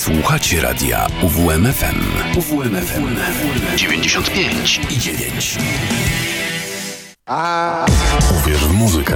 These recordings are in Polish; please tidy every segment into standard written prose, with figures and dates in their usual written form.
Słuchacie radia UWMFM. UWMFM 95,9. Uwierz w muzykę.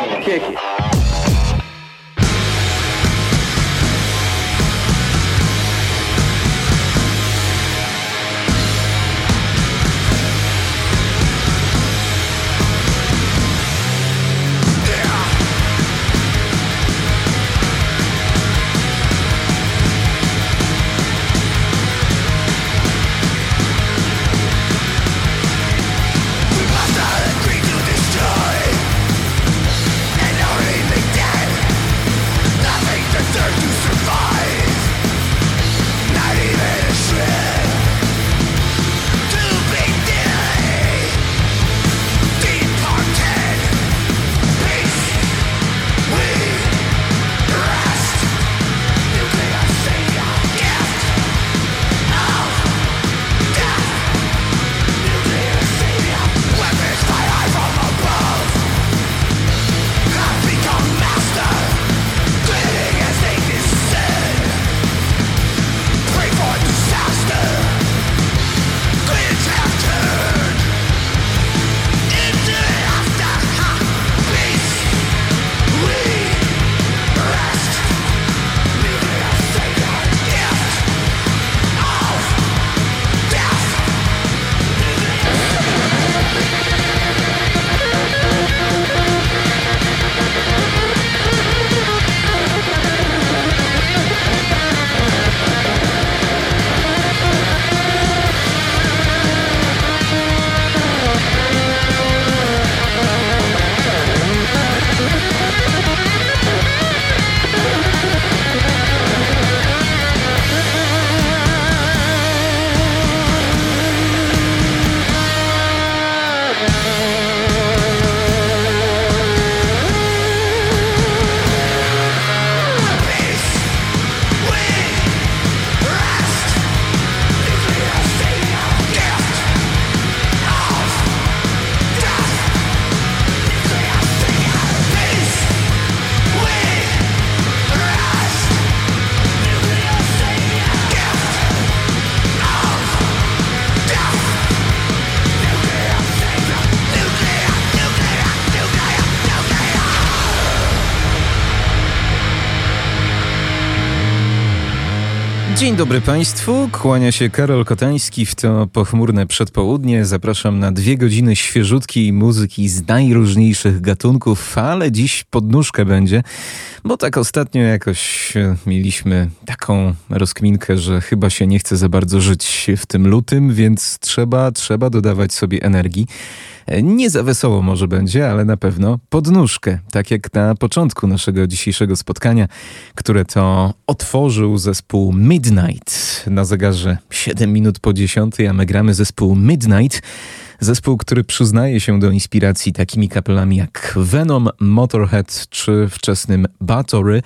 Dzień dobry Państwu, kłania się Karol Kotański w to pochmurne przedpołudnie. Zapraszam na 2 godziny świeżutkiej muzyki z najróżniejszych gatunków, ale dziś podnóżkę będzie, bo tak ostatnio jakoś mieliśmy taką rozkminkę, że chyba się nie chce za bardzo żyć w tym lutym, więc trzeba dodawać sobie energii. Nie za wesoło może będzie, ale na pewno podnóżkę. Tak jak na początku naszego dzisiejszego spotkania, które to otworzył zespół Midnight. Na zegarze 7 minut po 10, a my gramy zespół Midnight. Zespół, który przyznaje się do inspiracji takimi kapelami jak Venom, Motorhead czy wczesnym Bathory,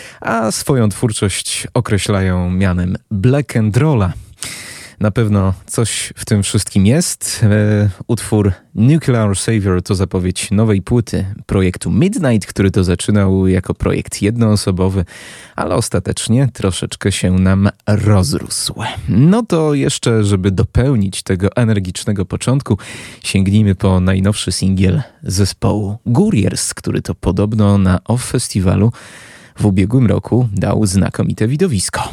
a swoją twórczość określają mianem Black and Rolla. Na pewno coś w tym wszystkim jest. Utwór Nuclear Savior to zapowiedź nowej płyty projektu Midnight, który to zaczynał jako projekt jednoosobowy, ale ostatecznie troszeczkę się nam rozrósł. No to jeszcze, żeby dopełnić tego energicznego początku, sięgnijmy po najnowszy singiel zespołu Guriers, który to podobno na OFF Festiwalu w ubiegłym roku dał znakomite widowisko.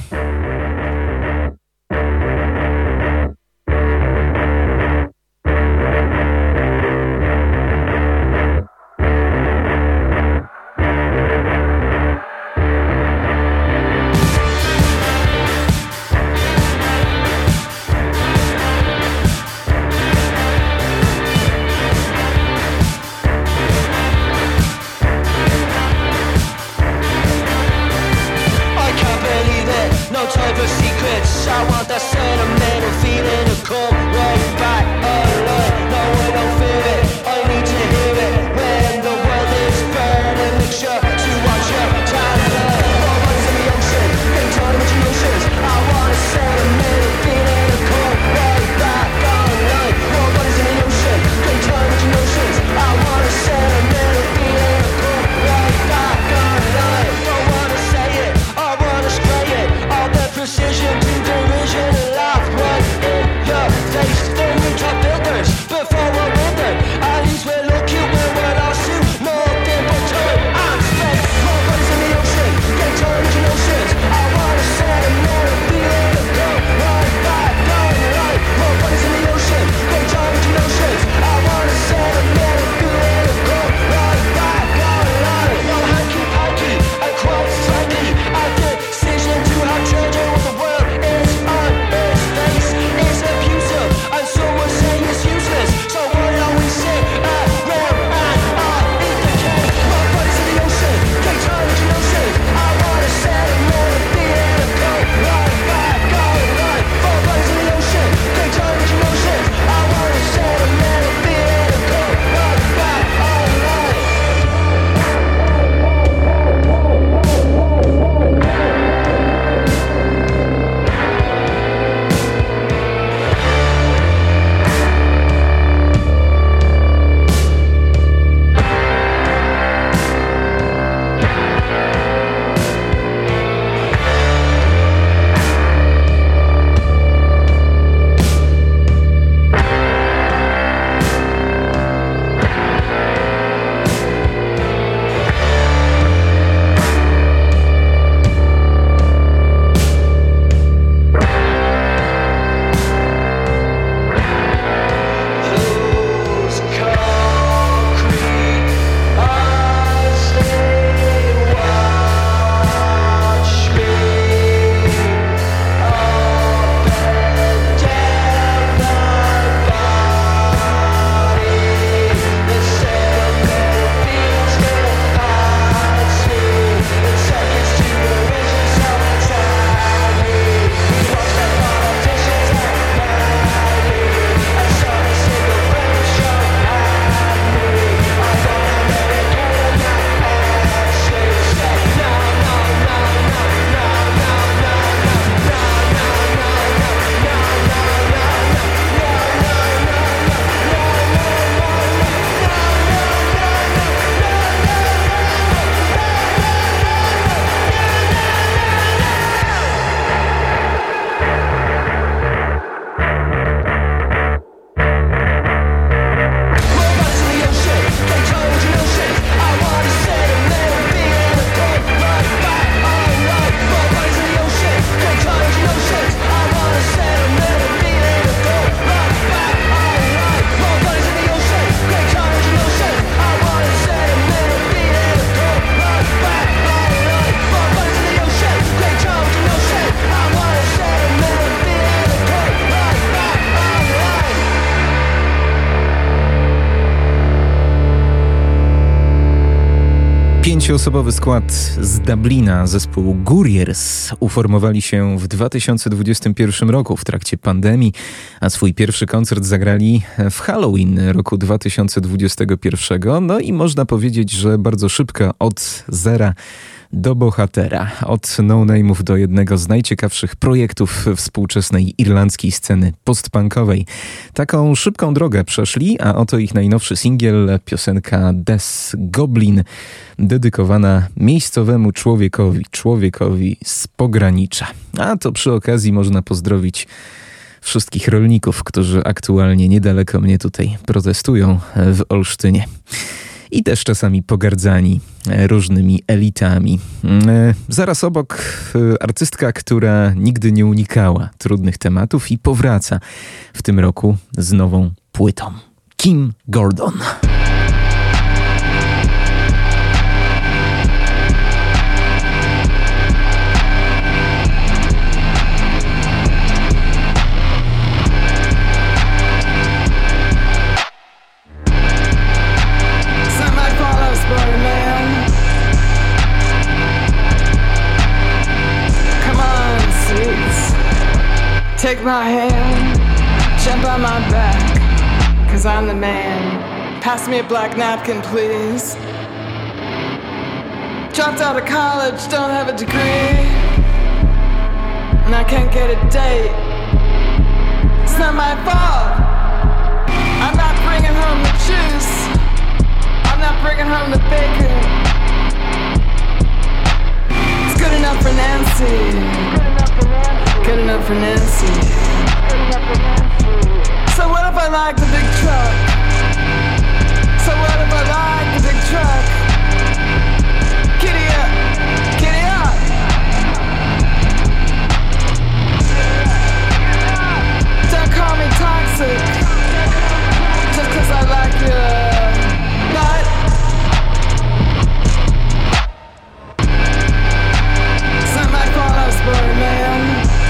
Precision 5-osobowy skład z Dublina, zespół Gurriers, uformowali się w 2021 roku w trakcie pandemii, a swój pierwszy koncert zagrali w Halloween roku 2021. No i można powiedzieć, że bardzo szybko od zera do bohatera, od no-name'ów do jednego z najciekawszych projektów współczesnej irlandzkiej sceny postpunkowej. Taką szybką drogę przeszli, a oto ich najnowszy singiel, piosenka Death Goblin, dedykowana miejscowemu człowiekowi z pogranicza. A to przy okazji można pozdrowić wszystkich rolników, którzy aktualnie niedaleko mnie tutaj protestują w Olsztynie. I też czasami pogardzani różnymi elitami. Zaraz obok artystka, która nigdy nie unikała trudnych tematów i powraca w tym roku z nową płytą. Kim Gordon. Take my hand, jump on my back, 'cause I'm the man. Pass me a black napkin, please. Dropped out of college, don't have a degree, and I can't get a date. It's not my fault. I'm not bringing home the juice. I'm not bringing home the bacon. It's good enough for Nancy. Good enough for Nancy. So what if I like the big truck? So what if I like the big truck? Giddy up, giddy up. Don't call me toxic, just 'cause I like your butt. It's not my fault I was born a man.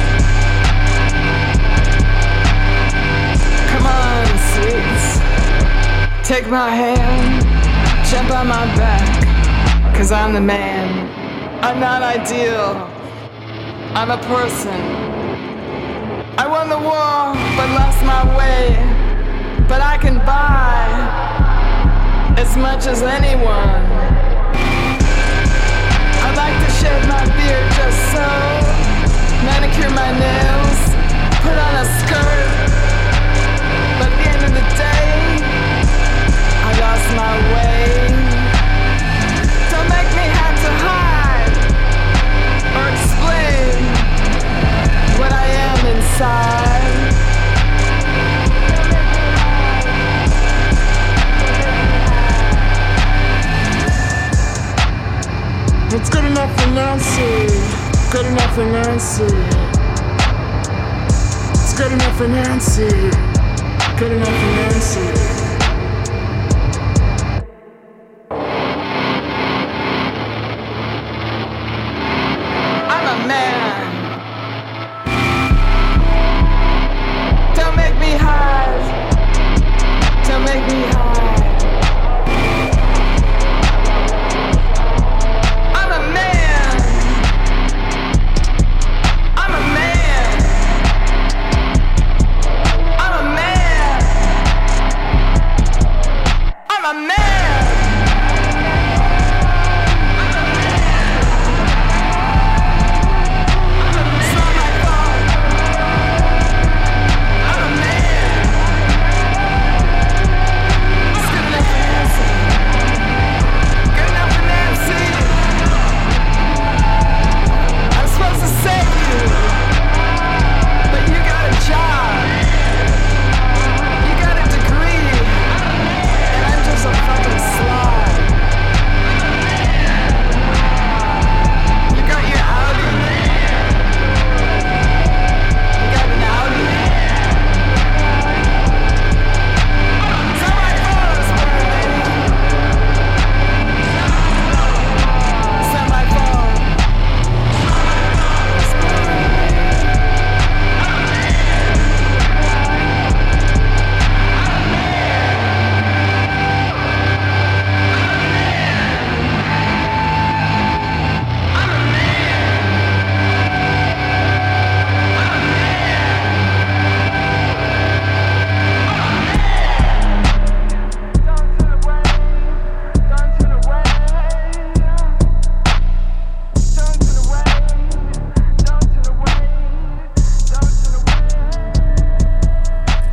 Take my hand, jump on my back, 'cause I'm the man. I'm not ideal, I'm a person. I won the war, but lost my way. But I can buy as much as anyone. I like to shave my beard just so, manicure my nails, put on a skirt. But at the end of the day, I lost my way. Don't make me have to hide or explain what I am inside. It's good enough for Nancy. Good enough for Nancy. It's good enough for Nancy. Good enough for Nancy.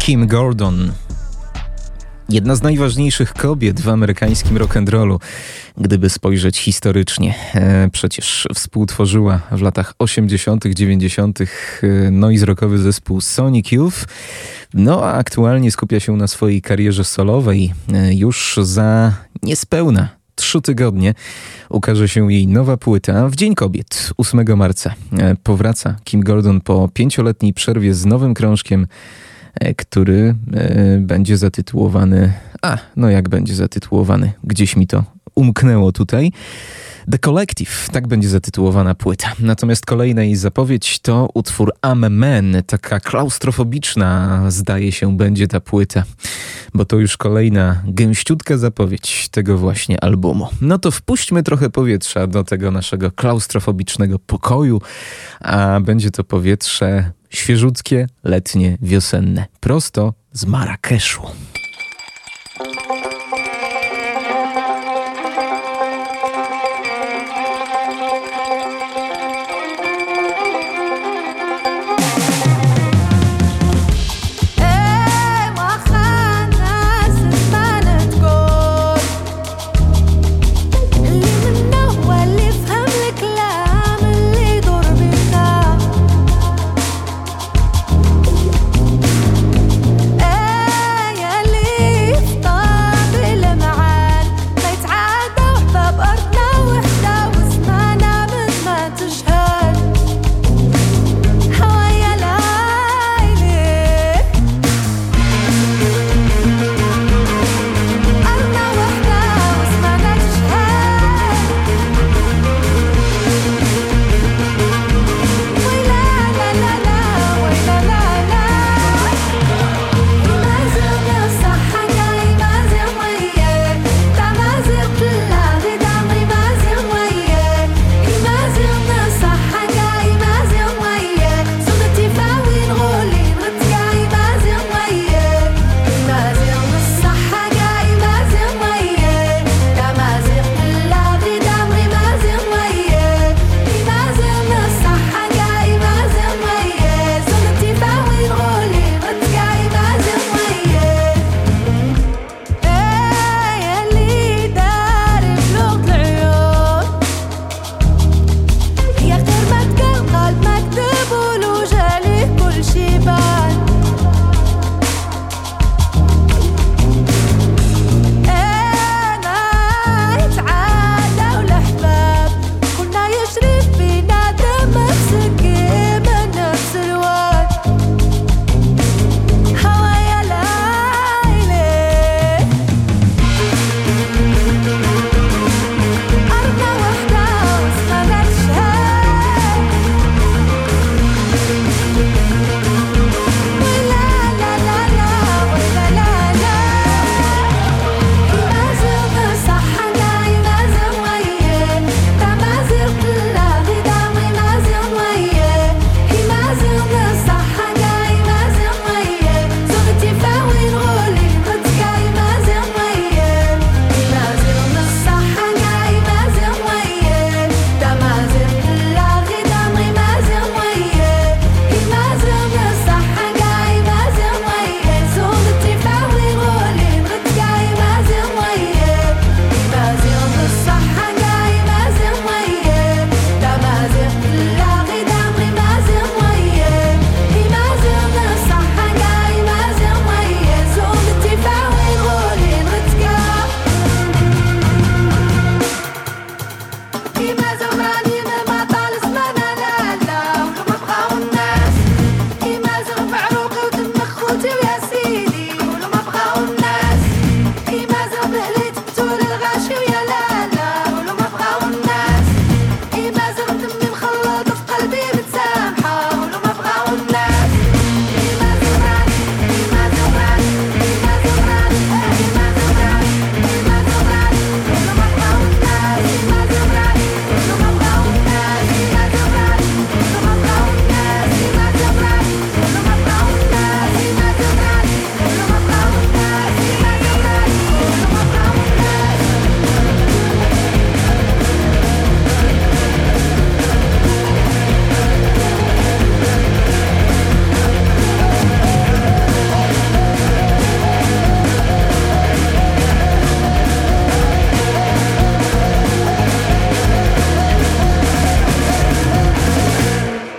Kim Gordon. Jedna z najważniejszych kobiet w amerykańskim rock'n'rollu, gdyby spojrzeć historycznie. Przecież współtworzyła w latach 80., 90. noise rockowy zespół Sonic Youth. No a aktualnie skupia się na swojej karierze solowej. Już za niespełna 3 tygodnie ukaże się jej nowa płyta w Dzień Kobiet, 8 marca. Powraca Kim Gordon po 5-letniej przerwie z nowym krążkiem, który będzie zatytułowany... jak będzie zatytułowany? Gdzieś mi to umknęło tutaj. The Collective, tak będzie zatytułowana płyta. Natomiast kolejna jej zapowiedź to utwór I'm a Man. Taka klaustrofobiczna, zdaje się, będzie ta płyta, bo to już kolejna gęściutka zapowiedź tego właśnie albumu. No to wpuśćmy trochę powietrza do tego naszego klaustrofobicznego pokoju, a będzie to powietrze świeżutkie, letnie, wiosenne, prosto z Marrakeszu. يا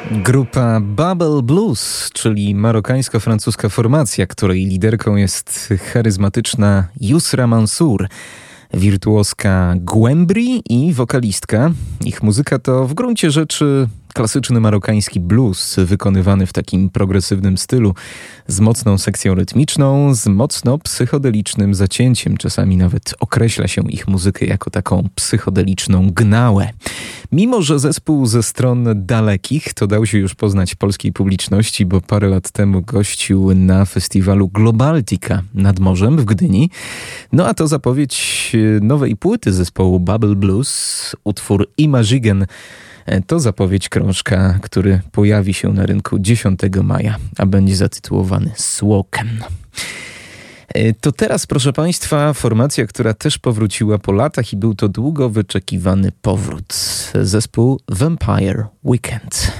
Grupa Bubble Blues, czyli marokańsko-francuska formacja, której liderką jest charyzmatyczna Yusra Mansour, wirtuoska Gwembri i wokalistka. Ich muzyka to w gruncie rzeczy klasyczny marokański blues wykonywany w takim progresywnym stylu, z mocną sekcją rytmiczną, z mocno psychodelicznym zacięciem. Czasami nawet określa się ich muzykę jako taką psychodeliczną gnałę. Mimo że zespół ze stron dalekich to dał się już poznać polskiej publiczności, bo parę lat temu gościł na festiwalu Globaltica nad morzem w Gdyni. No a to zapowiedź nowej płyty zespołu Bubble Blues, utwór Imagigen. To zapowiedź krążka, który pojawi się na rynku 10 maja, a będzie zatytułowany Słoken. To teraz, proszę Państwa, formacja, która też powróciła po latach i był to długo wyczekiwany powrót. Zespół Vampire Weekend.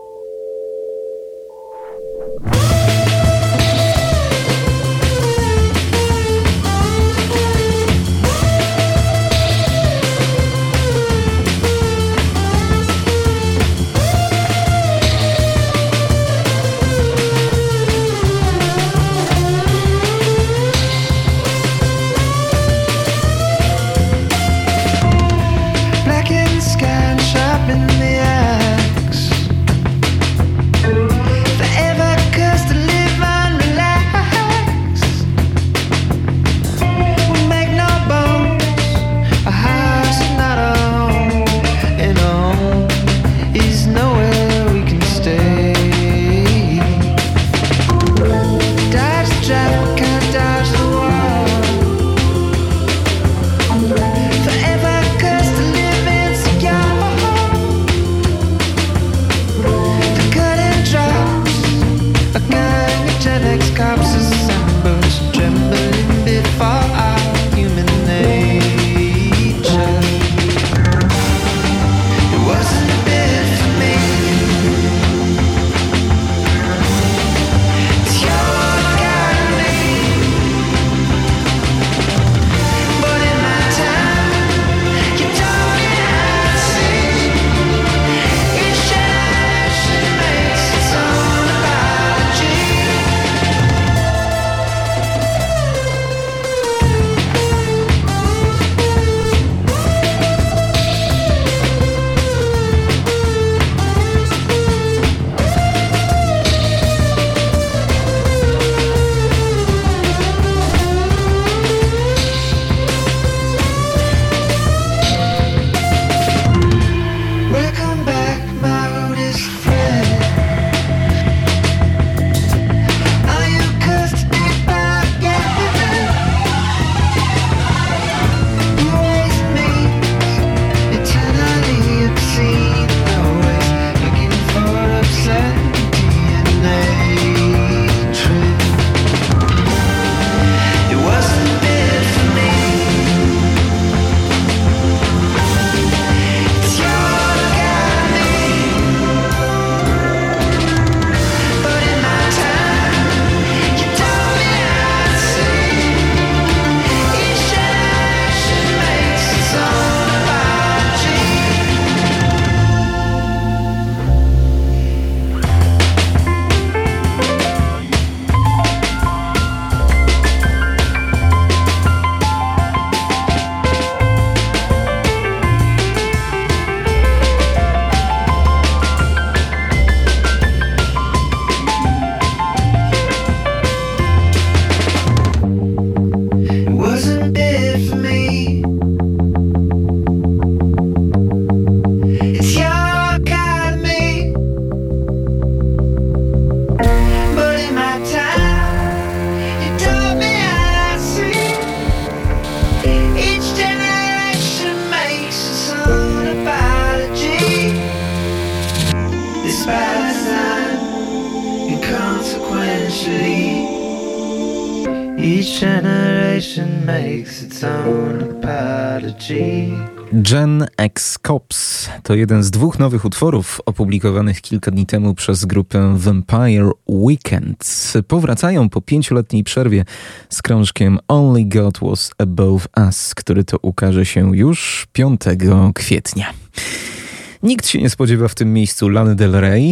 Gen X Cops to jeden z dwóch nowych utworów opublikowanych kilka dni temu przez grupę Vampire Weekend. Powracają po 5-letniej przerwie z krążkiem Only God Was Above Us, który to ukaże się już 5 kwietnia. Nikt się nie spodziewa w tym miejscu Lany Del Rey.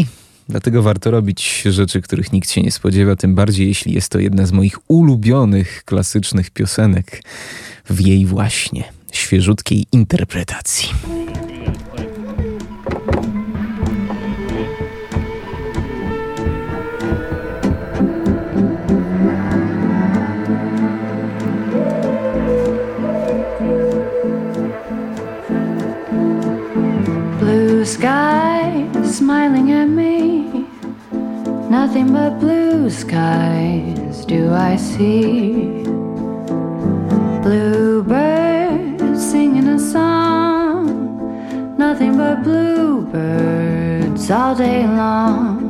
Dlatego warto robić rzeczy, których nikt się nie spodziewa, tym bardziej jeśli jest to jedna z moich ulubionych klasycznych piosenek w jej właśnie świeżutkiej interpretacji. Blue sky smiling at me, nothing but blue skies do I see. Bluebirds singing a song, nothing but bluebirds all day long.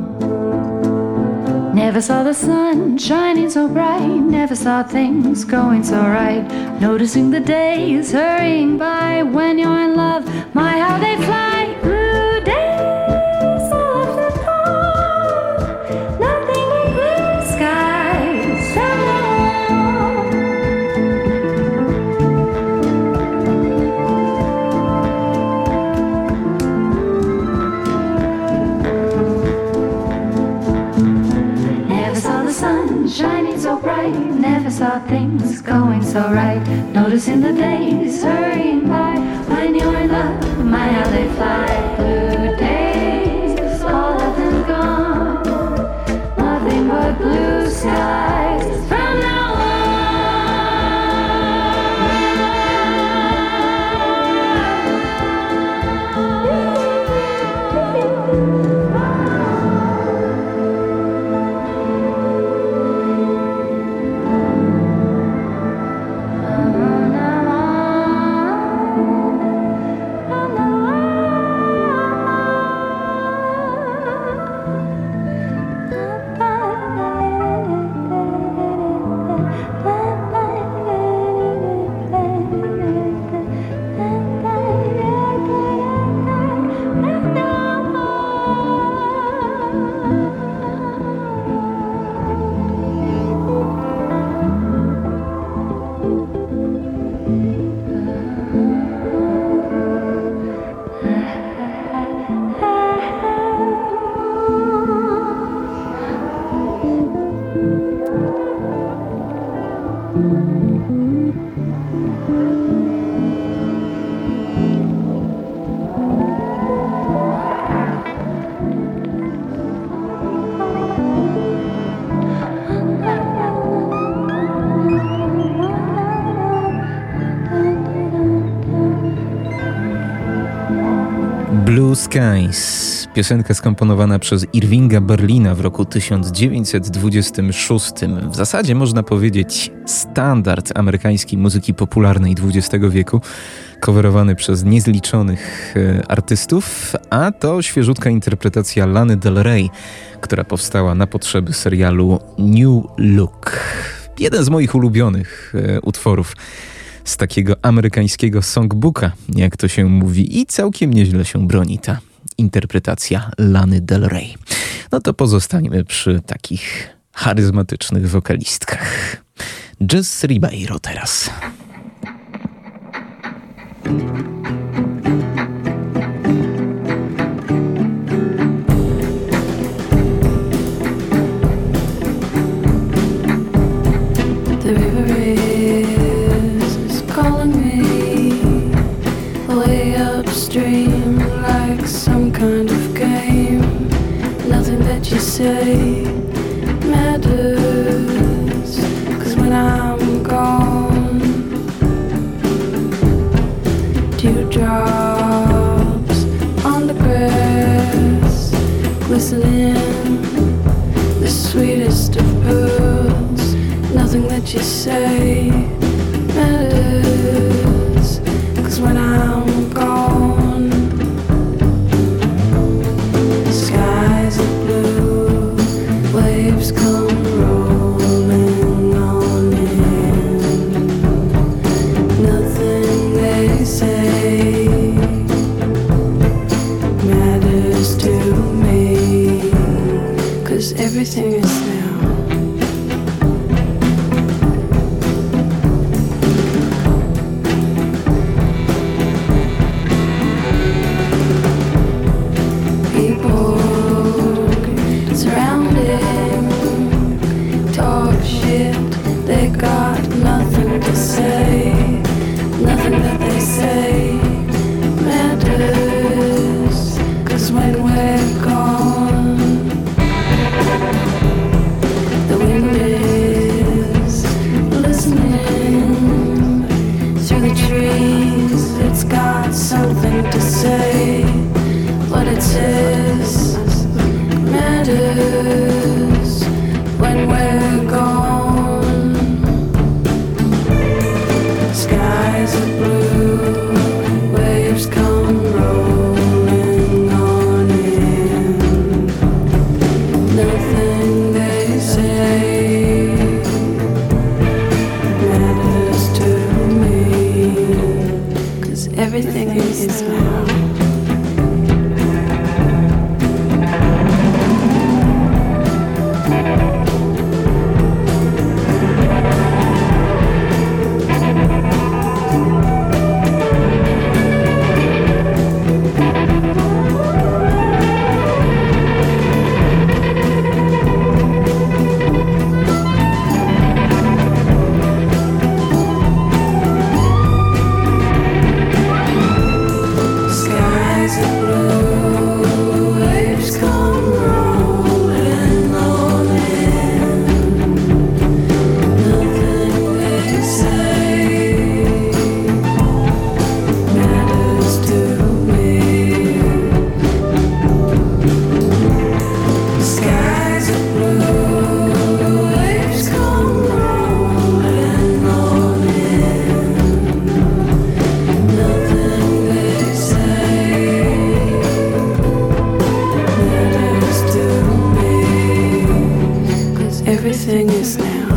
Never saw the sun shining so bright, never saw things going so right. Noticing the days hurrying by when you're in love, my how they fly. Blue days of the dawn, nothing but blue skies alone. Never saw the sun shining so bright, never saw things going so right. Noticing the days hurrying by when you're in love, my how they fly. Blue days, all of them gone, nothing but blue skies from now on. Blue Skies, piosenka skomponowana przez Irvinga Berlina w roku 1926. W zasadzie można powiedzieć standard amerykańskiej muzyki popularnej XX wieku, coverowany przez niezliczonych artystów, a to świeżutka interpretacja Lany Del Rey, która powstała na potrzeby serialu New Look. Jeden z moich ulubionych utworów z takiego amerykańskiego songbooka, jak to się mówi, i całkiem nieźle się broni ta interpretacja Lany Del Rey. No to pozostańmy przy takich charyzmatycznych wokalistkach. Jess Ribeiro teraz. The river is calling me way upstream, like some kind of game. Nothing that you say matters, 'cause when I'm gone, dewdrops on the grass, glistening, the sweetest of pearls. Nothing that you say matters, 'cause when I'm gone, skies are blue, waves come rolling on in. Nothing they say matters to me, 'cause everything is now. People matters when we're gone. Skies are blue, waves come rolling on in. Nothing they say matters to me, 'cause everything is now. Everything is now.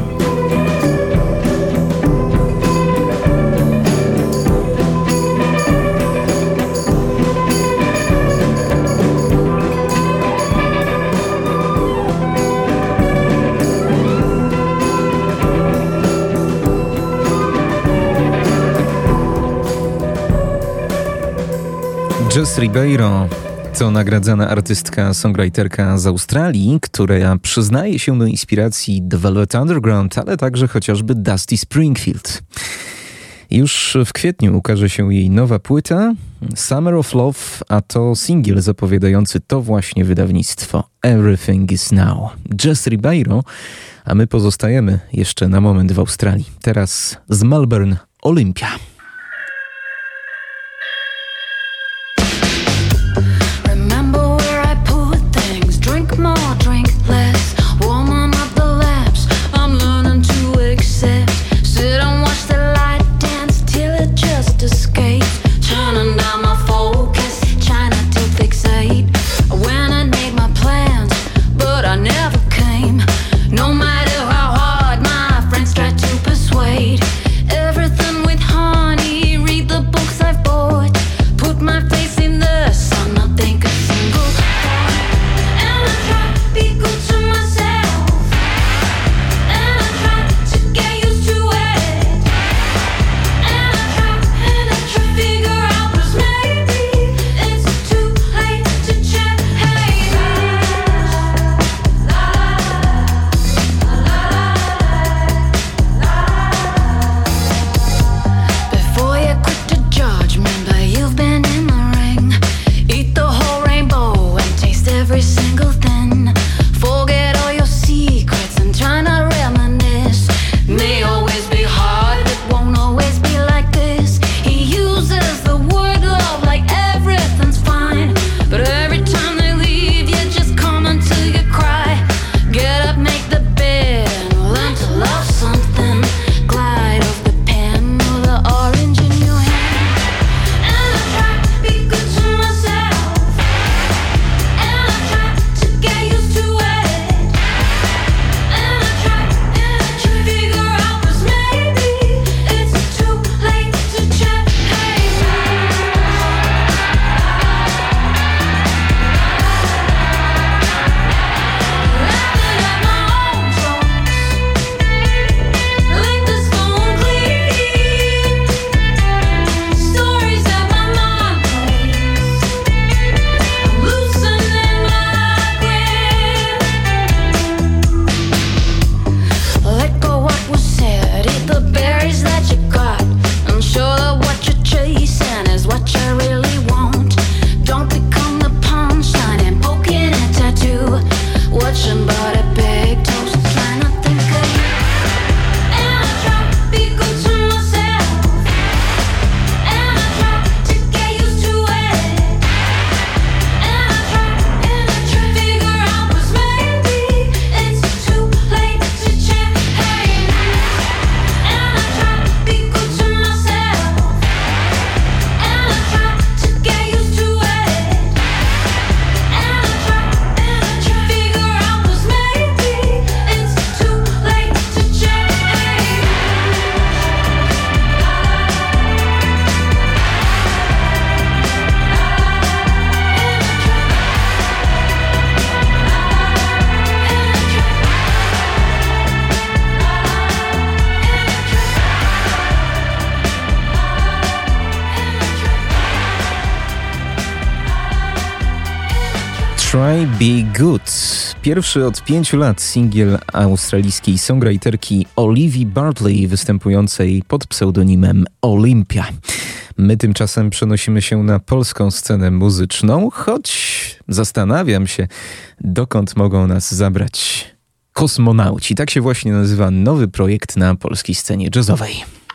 Jess Ribeiro to nagradzana artystka, songwriterka z Australii, która przyznaje się do inspiracji The Velvet Underground, ale także chociażby Dusty Springfield. Już w kwietniu ukaże się jej nowa płyta Summer of Love, a to singiel zapowiadający to właśnie wydawnictwo Everything is Now. Jess Ribeiro, a my pozostajemy jeszcze na moment w Australii. Teraz z Melbourne Olympia. More, drink less, woman of the laps. I'm learning to accept. Sit and watch the light dance till it just escapes. Turning down my focus, trying to fixate. When I made my plans, but I never came. No matter how hard my friends tried to persuade. Everything with honey. Try Be Good. Pierwszy od 5 lat singiel australijskiej songwriterki Olivii Bartley, występującej pod pseudonimem Olympia. My tymczasem przenosimy się na polską scenę muzyczną, choć zastanawiam się, dokąd mogą nas zabrać Kosmonauci. Tak się właśnie nazywa nowy projekt na polskiej scenie jazzowej.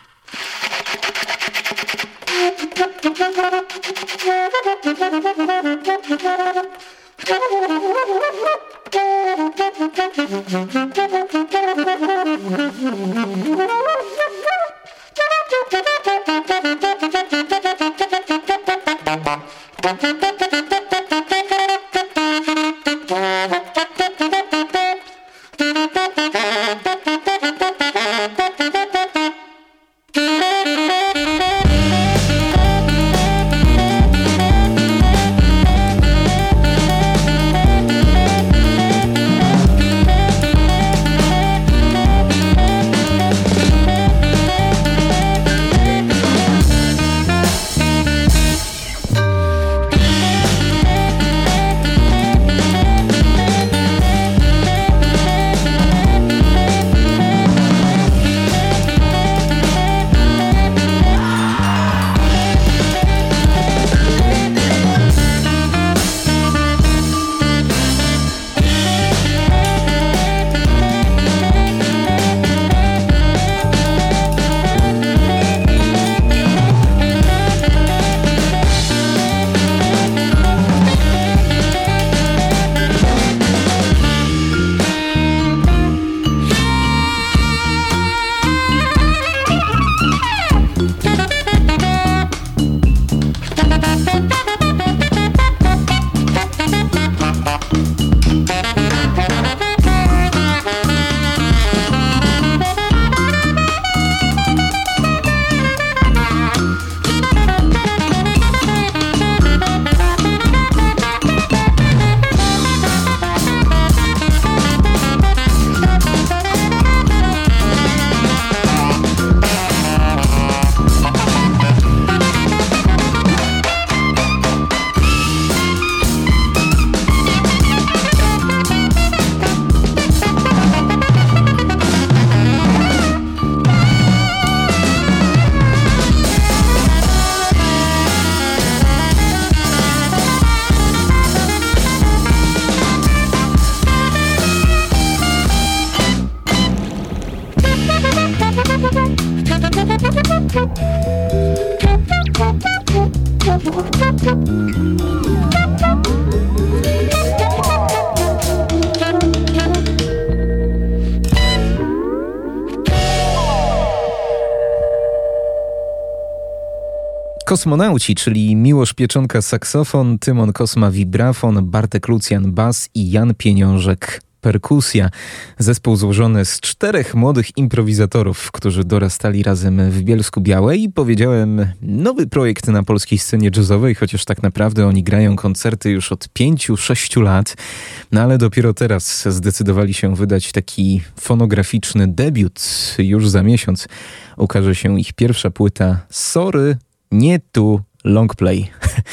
Kosmonauci, czyli Miłosz Pieczonka saksofon, Tymon Kosma wibrafon, Bartek Lucjan bas i Jan Pieniążek perkusja. Zespół złożony z 4 młodych improwizatorów, którzy dorastali razem w Bielsku Białej. Powiedziałem, nowy projekt na polskiej scenie jazzowej, chociaż tak naprawdę oni grają koncerty już od 5-6 lat, no ale dopiero teraz zdecydowali się wydać taki fonograficzny debiut. Już za miesiąc ukaże się ich pierwsza płyta Sorry, nie tu longplay.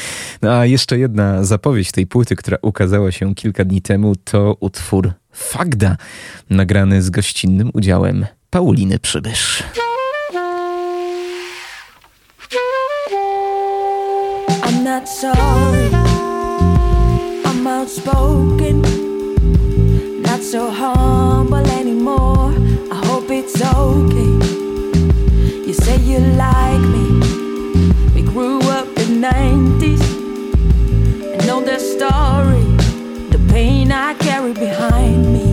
No a jeszcze jedna zapowiedź tej płyty, która ukazała się kilka dni temu, to utwór Fagda, nagrany z gościnnym udziałem Pauliny Przybysz. I'm not sorry, I'm outspoken, not so humble anymore. I hope it's okay. You say you like me. We grew up in the 90s. I know their story, the pain I carry behind me.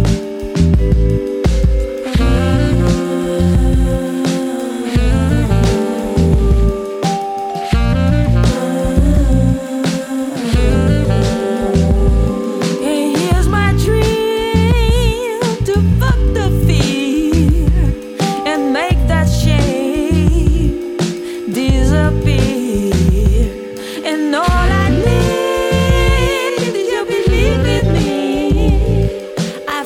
And here's my dream to fuck the fear and make that shame disappear. And all I need is your belief in me. I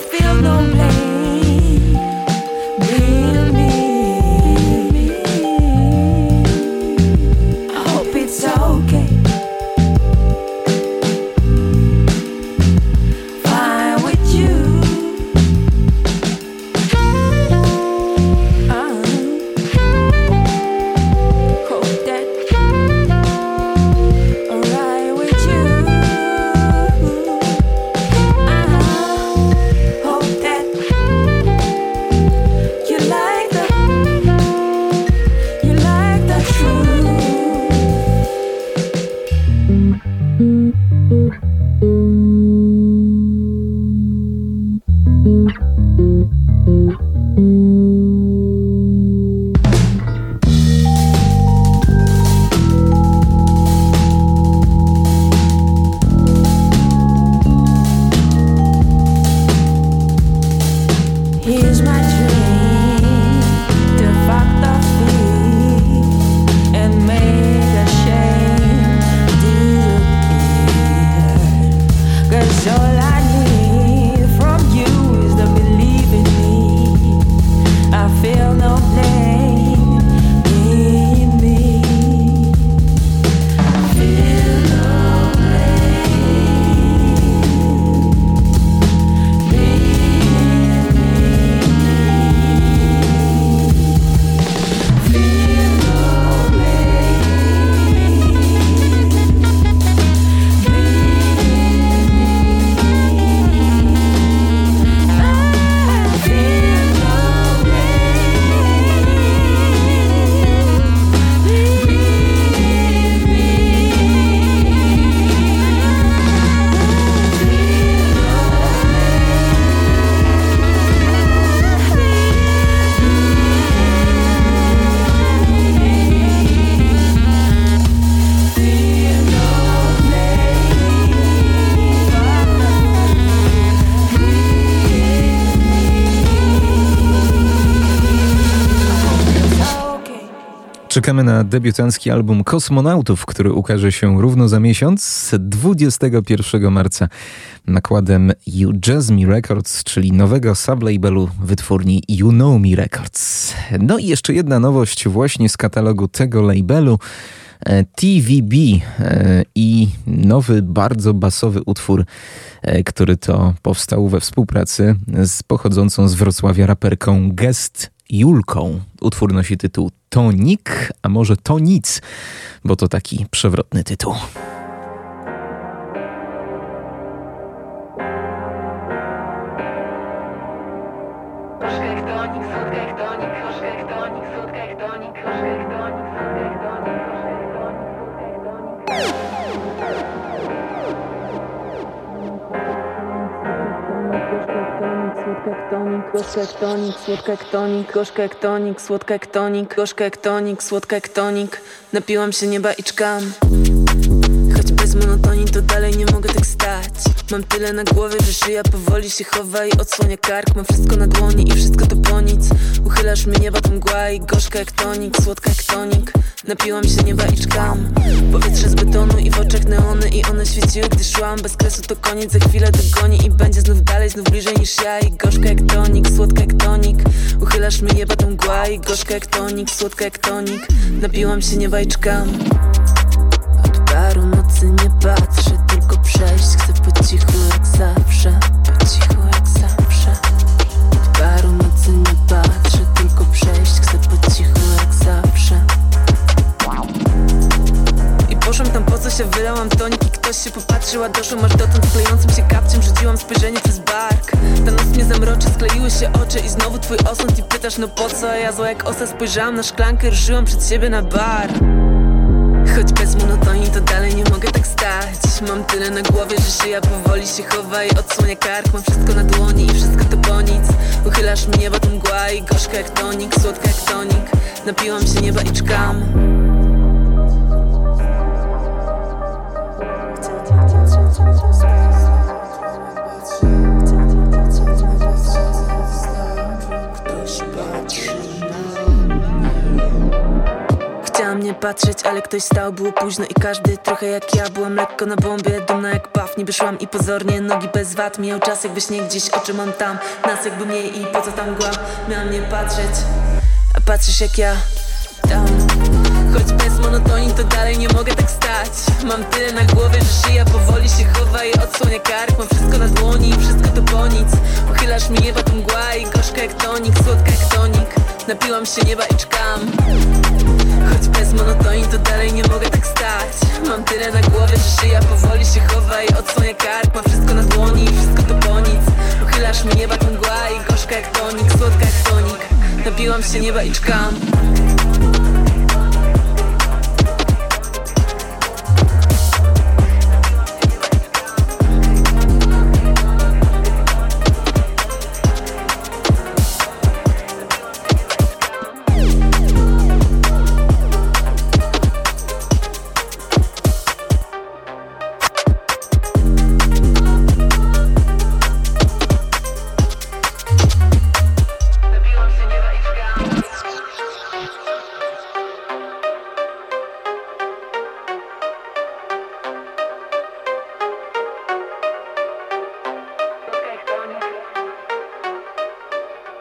Czekamy na debiutancki album Kosmonautów, który ukaże się równo za miesiąc, 21 marca, nakładem You Jazz Me Records, czyli nowego sublabelu wytwórni You Know Me Records. No i jeszcze jedna nowość właśnie z katalogu tego labelu. TVB i nowy, bardzo basowy utwór, który to powstał we współpracy z pochodzącą z Wrocławia raperką Guest Julką. Utwór nosi tytuł Tonik, a może To Nic, bo to taki przewrotny tytuł. Gorzka jak tonik, słodka jak tonik, gorzka jak tonik, słodka jak tonik, gorzka jak tonik, słodka jak tonik. Napiłam się nieba i czkam. Choć bez monotonii to dalej nie mogę tak stać. Mam tyle na głowie, że szyja powoli się chowa i odsłania kark. Mam wszystko na dłoni i wszystko to po nic. Uchylasz mnie nieba to mgła i gorzka jak tonik, słodka jak tonik. Napiłam się nieba i czkam. Powietrze z betonu i w oczach neony i one świeciły, gdy szłam. Bez kresu to koniec, za chwilę dogoni i będzie znów dalej, znów bliżej niż ja. I gorzka jak tonik, słodka jak tonik. Uchylasz mnie nieba to mgła i gorzka jak tonik, słodka jak tonik. Napiłam się nieba i czkam. Paru nocy nie patrzę, tylko przejść chcę po cichu jak zawsze, po cichu jak zawsze. Paru nocy nie patrzę, tylko przejść chcę po cichu jak zawsze. I poszłam tam po co się wylałam tonik i ktoś się popatrzył, a doszłam aż dotąd klejącym się kapciem rzuciłam spojrzenie przez bark. Ta noc mnie zamroczy, skleiły się oczy i znowu twój osąd i pytasz no po co? A ja zła jak osa spojrzałam na szklankę, ruszyłam przed siebie na bar. Choć bez monotonii to dalej nie mogę tak stać. Mam tyle na głowie, że szyja powoli się chowa i odsłania kark. Mam wszystko na dłoni i wszystko to po nic. Uchylasz mi nieba to mgła i gorzka jak tonik, słodka jak tonik. Napiłam się nieba i czkam. Chciałam nie patrzeć, ale ktoś stał, było późno i każdy trochę jak ja. Byłam lekko na bombie, dumna jak paw. Niby szłam i pozornie, nogi bez wad. Mijał czas jak we śnie gdzieś, oczy mam tam. Nas jakby mniej i po co tam mgła. Miałam nie patrzeć, a patrzysz jak ja tam. Choć bez monotonii to dalej nie mogę tak stać. Mam tyle na głowie, że szyja powoli się chowa i odsłania kark. Mam wszystko na dłoni i wszystko to po nic. Uchylasz mi nieba to mgła i gorzka jak tonik, słodka jak tonik. Napiłam się nieba i czkam. Choć bez monotonii to dalej nie mogę tak stać. Mam tyle na głowie, że szyja powoli się chowa i odsłania kark. Mam wszystko na dłoni i wszystko to po nic. Uchylasz mi nieba to mgła i gorzka jak tonik, słodka jak tonik. Napiłam się nieba i czkam.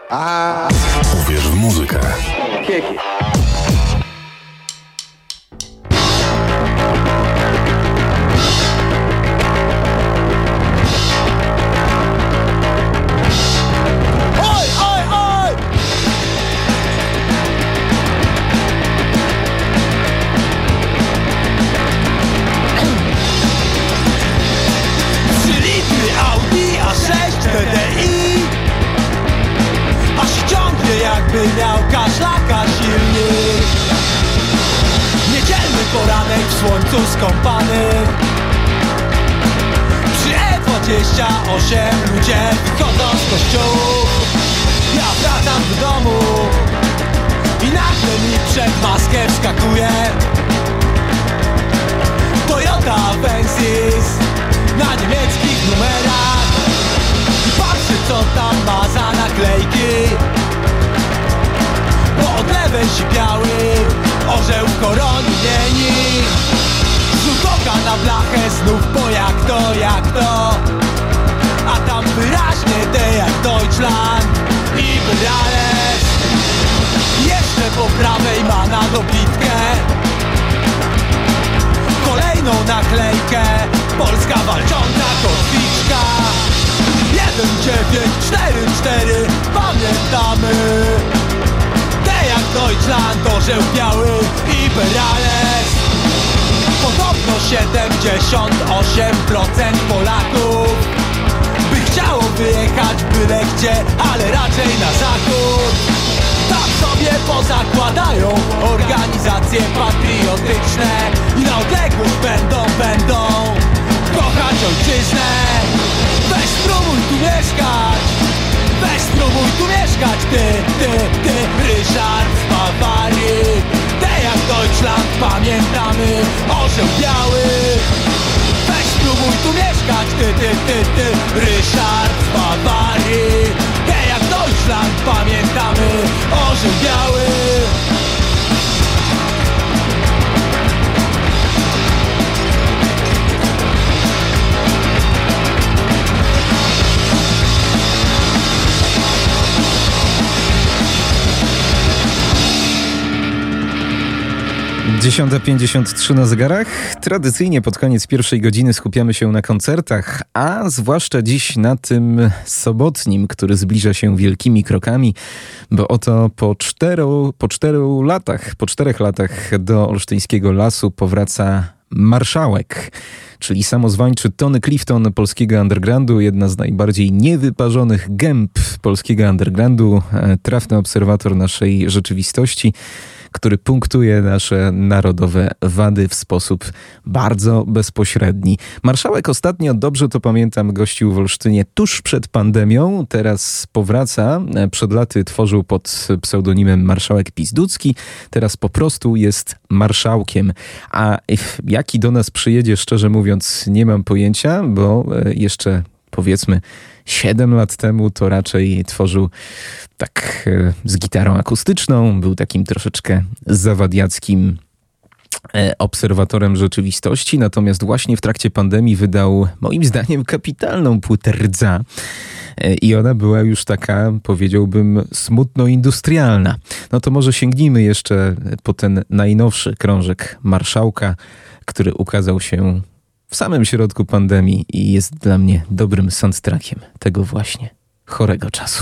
Uwierz w muzykę. Jakby miał kaszlaka silnik. Niedzielny poranek w słońcu skąpany. Przy E28 ludzie wychodzą z kościołów. Ja wracam do domu i nagle mi przed maskę wskakuje Toyota Avensis na niemieckich numerach. I patrzę, co tam ma za naklejki. Bo od lewej biały orzeł w koronie mieni. Rzut oka na blachę znów, bo jak to a tam wyraźnie D jak Deutschland i Berales. Jeszcze po prawej ma na dobitkę kolejną naklejkę. Polska walcząca kotwiczka. 1944 pamiętamy. Jak Deutschland, orzeł biały i Berales. Podobno 78% Polaków by chciało wyjechać byle gdzie, ale raczej na zachód. Tam sobie pozakładają organizacje patriotyczne i na odległość będą kochać ojczyznę. Weź spróbuj tu mieszkać. Weź spróbuj tu mieszkać, ty, Ryszard z Bawarii. Te jak Deutschland pamiętamy, orzeł biały. Weź spróbuj tu mieszkać, ty, Ryszard z Bawarii. Te jak Deutschland pamiętamy, orzeł biały. Dziesiąta 53 na zegarach. Tradycyjnie pod koniec pierwszej godziny skupiamy się na koncertach, a zwłaszcza dziś na tym sobotnim, który zbliża się wielkimi krokami, bo oto po 4 latach do olsztyńskiego Lasu powraca Marszałek, czyli samozwańczy Tony Clifton polskiego undergroundu, jedna z najbardziej niewyparzonych gęb polskiego undergroundu, trafny obserwator naszej rzeczywistości, który punktuje nasze narodowe wady w sposób bardzo bezpośredni. Marszałek ostatnio, dobrze to pamiętam, gościł w Olsztynie tuż przed pandemią, teraz powraca. Przed laty tworzył pod pseudonimem Marszałek Pizducki, teraz po prostu jest marszałkiem. A jaki do nas przyjedzie, szczerze mówiąc, nie mam pojęcia, bo jeszcze powiedzmy 7 lat temu to raczej tworzył tak z gitarą akustyczną, był takim troszeczkę zawadiackim obserwatorem rzeczywistości, natomiast właśnie w trakcie pandemii wydał moim zdaniem kapitalną płytę Rdza i ona była już taka, powiedziałbym, smutno-industrialna. No to może sięgnijmy jeszcze po ten najnowszy krążek Marszałka, który ukazał się w samym środku pandemii i jest dla mnie dobrym soundtrackiem tego właśnie chorego czasu.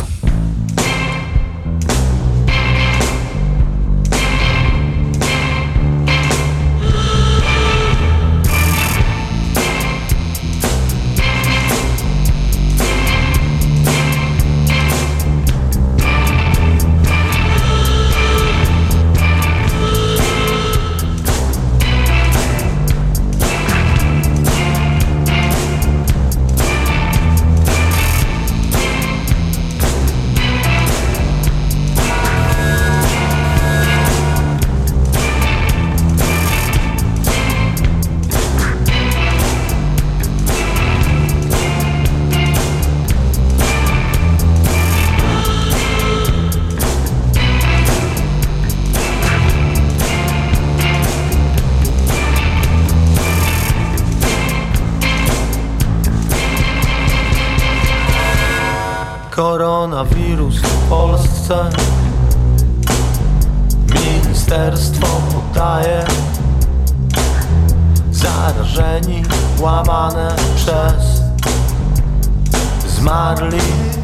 Koronawirus w Polsce. Ministerstwo podaje zarażeni łamane przez zmarli.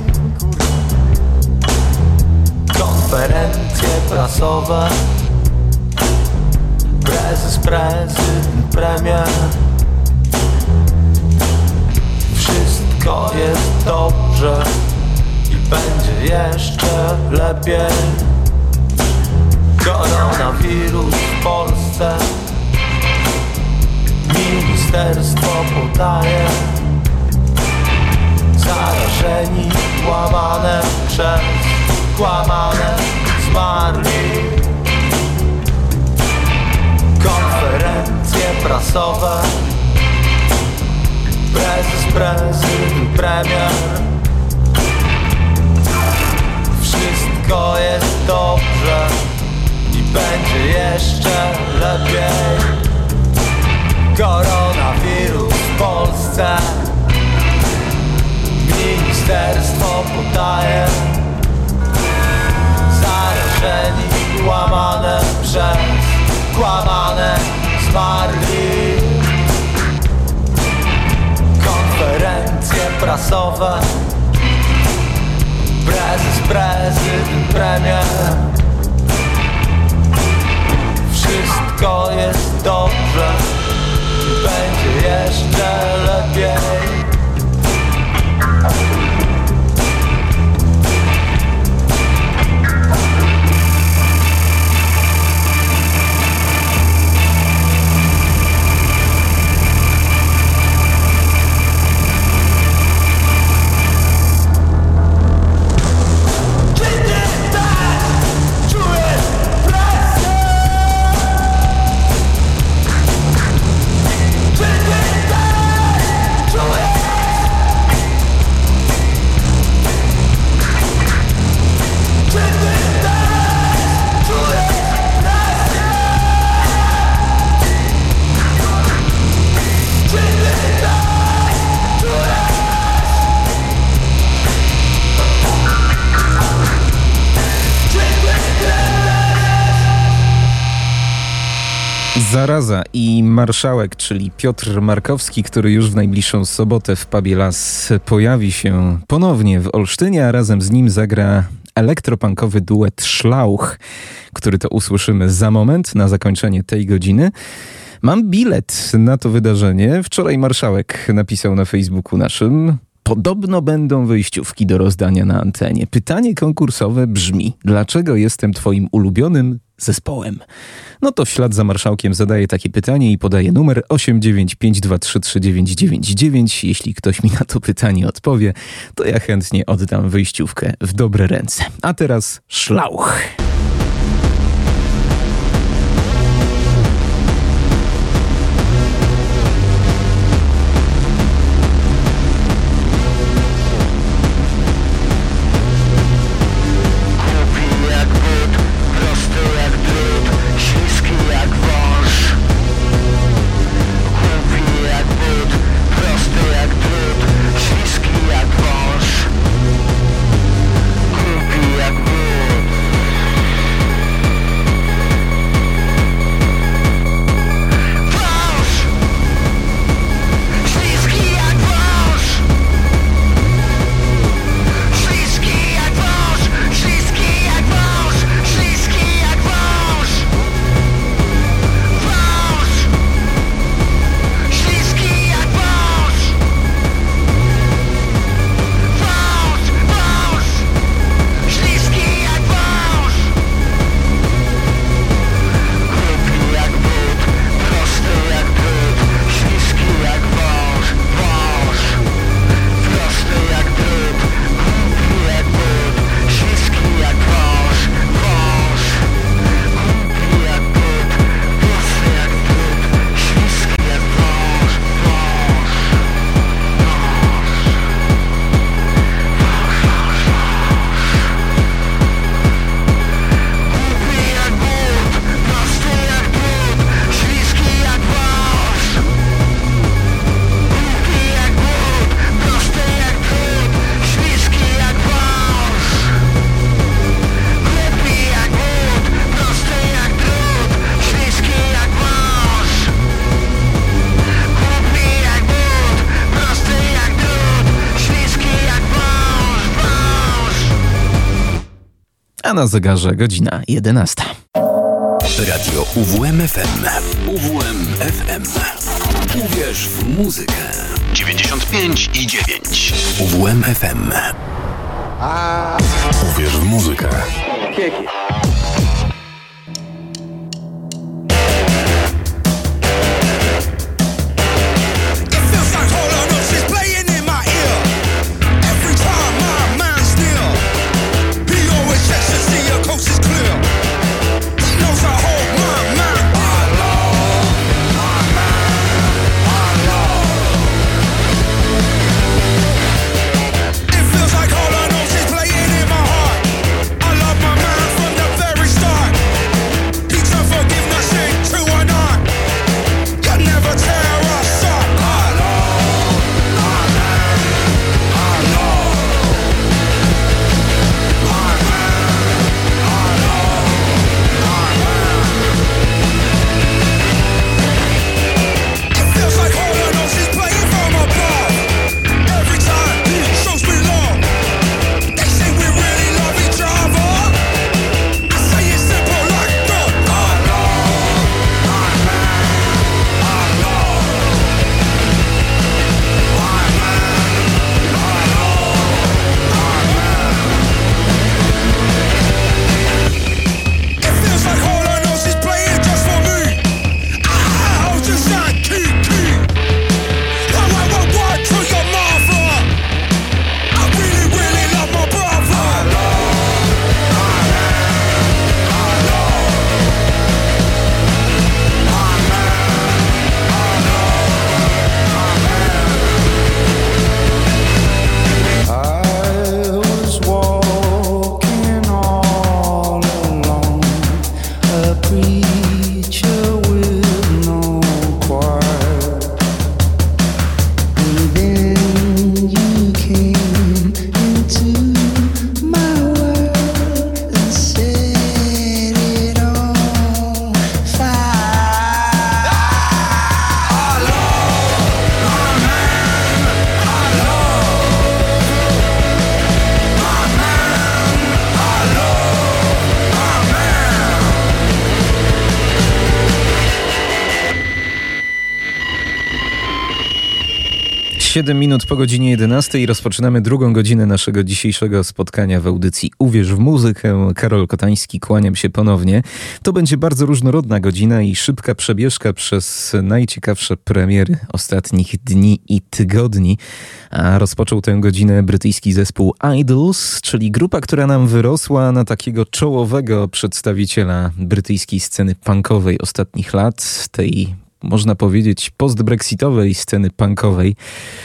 Konferencje prasowe, prezes, prezydent, premier. Wszystko jest dobrze i będzie jeszcze lepiej. Koronawirus w Polsce. Ministerstwo podaje zarażeni łamane przez kłamane zmarli. Konferencje prasowe, prezes, prezydent, premier. Wszystko jest dobrze i będzie jeszcze lepiej. Koronawirus w Polsce. Ministerstwo podaje zarażeni łamane przez kłamane zmarli. Konferencje prasowe, prezes, prezydent, premier. Wszystko jest dobrze, będzie jeszcze lepiej. Zaraza i marszałek, czyli Piotr Markowski, który już w najbliższą sobotę w pubie Las pojawi się ponownie w Olsztynie, a razem z nim zagra elektropunkowy duet Szlauch, który to usłyszymy za moment, na zakończenie tej godziny. Mam bilet na to wydarzenie. Wczoraj marszałek napisał na Facebooku naszym: podobno będą wyjściówki do rozdania na antenie. Pytanie konkursowe brzmi: dlaczego jestem twoim ulubionym zespołem? No to w ślad za marszałkiem zadaję takie pytanie i podaję numer 895233999. Jeśli ktoś mi na to pytanie odpowie, to ja chętnie oddam wyjściówkę w dobre ręce. A teraz Szlauch. Głupi jak but, a na zegarze godzina 11. Radio UWMFM. UWMFM. Uwierz w muzykę. 95,9. UWMFM. Uwierz w muzykę. Siedem minut po godzinie 11 i rozpoczynamy drugą godzinę naszego dzisiejszego spotkania w audycji Uwierz w muzykę. Karol Kotański, kłaniam się ponownie. To będzie bardzo różnorodna godzina i szybka przebieżka przez najciekawsze premiery ostatnich dni i tygodni. A rozpoczął tę godzinę brytyjski zespół Idols, czyli grupa, która nam wyrosła na takiego czołowego przedstawiciela brytyjskiej sceny punkowej ostatnich lat, tej można powiedzieć post-brexitowej sceny punkowej.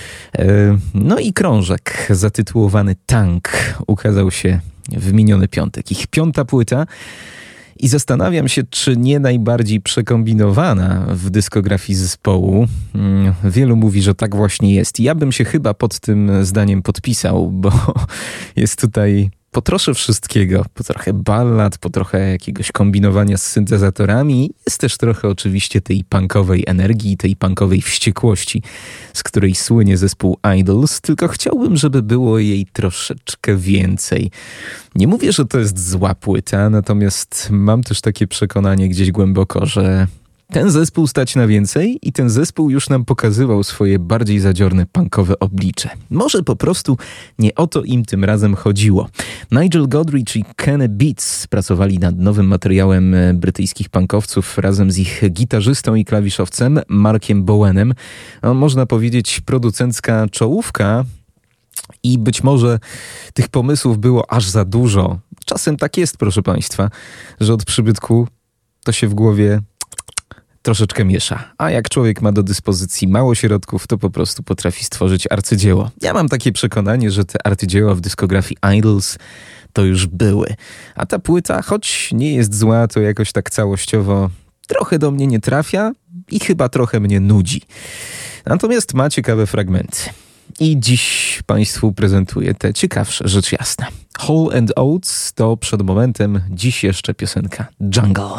No i krążek zatytułowany Tank ukazał się w miniony piątek. Ich piąta płyta i zastanawiam się, czy nie najbardziej przekombinowana w dyskografii zespołu. Wielu mówi, że tak właśnie jest. Ja bym się chyba pod tym zdaniem podpisał, bo jest tutaj po trosze wszystkiego, po trochę ballad, po trochę jakiegoś kombinowania z syntezatorami. Jest też trochę oczywiście tej punkowej energii, tej punkowej wściekłości, z której słynie zespół Idols, tylko chciałbym, żeby było jej troszeczkę więcej. Nie mówię, że to jest zła płyta, natomiast mam też takie przekonanie gdzieś głęboko, że ten zespół stać na więcej i ten zespół już nam pokazywał swoje bardziej zadziorne punkowe oblicze. Może po prostu nie o to im tym razem chodziło. Nigel Godrich i Kenny Beats pracowali nad nowym materiałem brytyjskich punkowców razem z ich gitarzystą i klawiszowcem Markiem Bowenem. No, można powiedzieć producencka czołówka i być może tych pomysłów było aż za dużo. Czasem tak jest, proszę Państwa, że od przybytku to się w głowie troszeczkę miesza. A jak człowiek ma do dyspozycji mało środków, to po prostu potrafi stworzyć arcydzieło. Ja mam takie przekonanie, że te arcydzieła w dyskografii Idols to już były. A ta płyta, choć nie jest zła, to jakoś tak całościowo trochę do mnie nie trafia i chyba trochę mnie nudzi. Natomiast ma ciekawe fragmenty. I dziś Państwu prezentuję te ciekawsze, rzecz jasna. Hall & Oates to przed momentem, dziś jeszcze piosenka Jungle.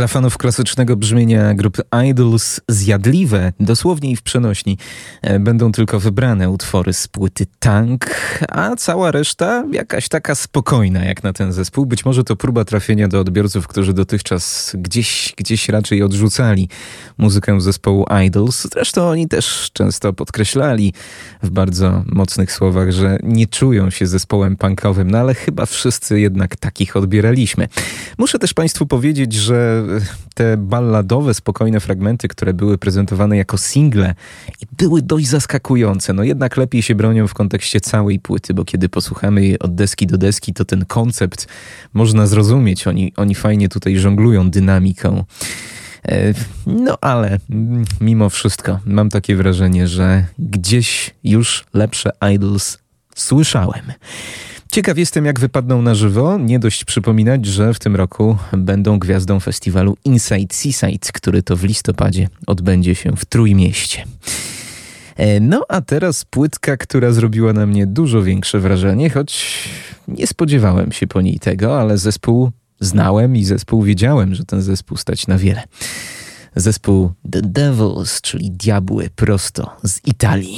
Dla fanów klasycznego brzmienia grupy Idols zjadliwe, dosłownie i w przenośni, będą tylko wybrane utwory z płyty Tank, a cała reszta jakaś taka spokojna jak na ten zespół. Być może to próba trafienia do odbiorców, którzy dotychczas gdzieś raczej odrzucali muzykę zespołu Idols. Zresztą oni też często podkreślali w bardzo mocnych słowach, że nie czują się zespołem punkowym, no ale chyba wszyscy jednak takich odbieraliśmy. Muszę też Państwu powiedzieć, że te balladowe, spokojne fragmenty, które były prezentowane jako single i były dość zaskakujące, no jednak lepiej się bronią w kontekście całej płyty, bo kiedy posłuchamy jej od deski do deski, to ten koncept można zrozumieć. Oni fajnie tutaj żonglują dynamiką. No ale mimo wszystko mam takie wrażenie, że gdzieś już lepsze Idols słyszałem. Ciekaw jestem, jak wypadną na żywo. Nie dość przypominać, że w tym roku będą gwiazdą festiwalu Inside Seaside, który to w listopadzie odbędzie się w Trójmieście. No a teraz płytka, która zrobiła na mnie dużo większe wrażenie, choć nie spodziewałem się po niej tego, ale zespół znałem i wiedziałem, że ten zespół stać na wiele. Zespół The Devils, czyli Diabły, prosto z Italii.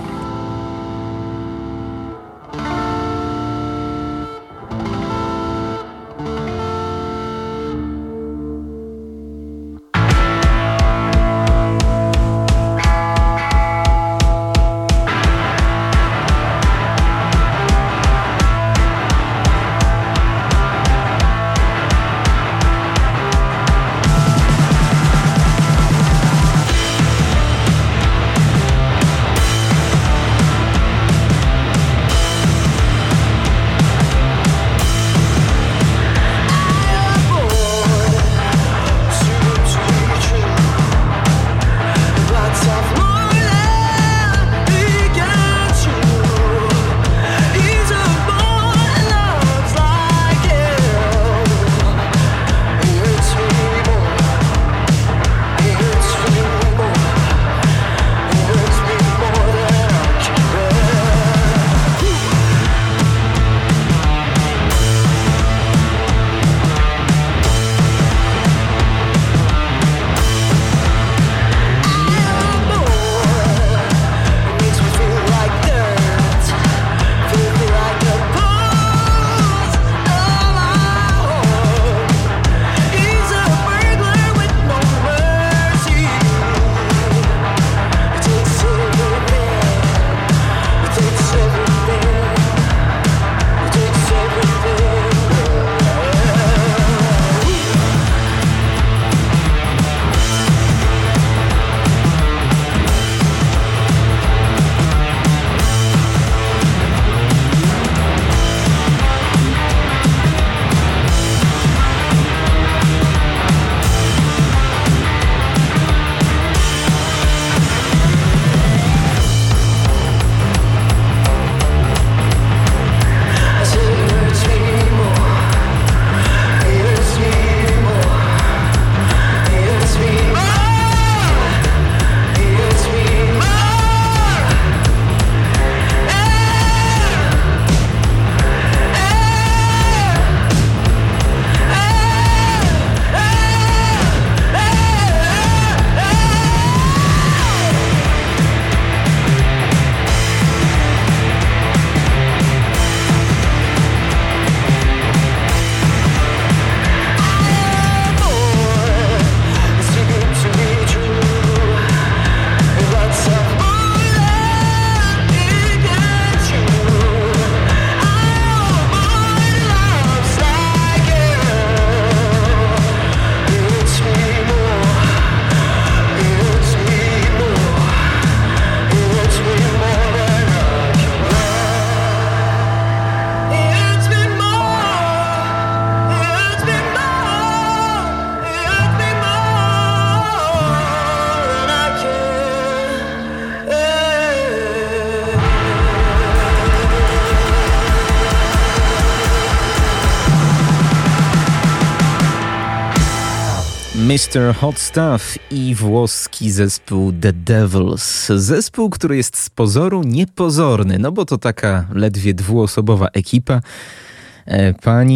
Mr. Hot Stuff i włoski zespół The Devils. Zespół, który jest z pozoru niepozorny, no bo to taka ledwie dwuosobowa ekipa. Pani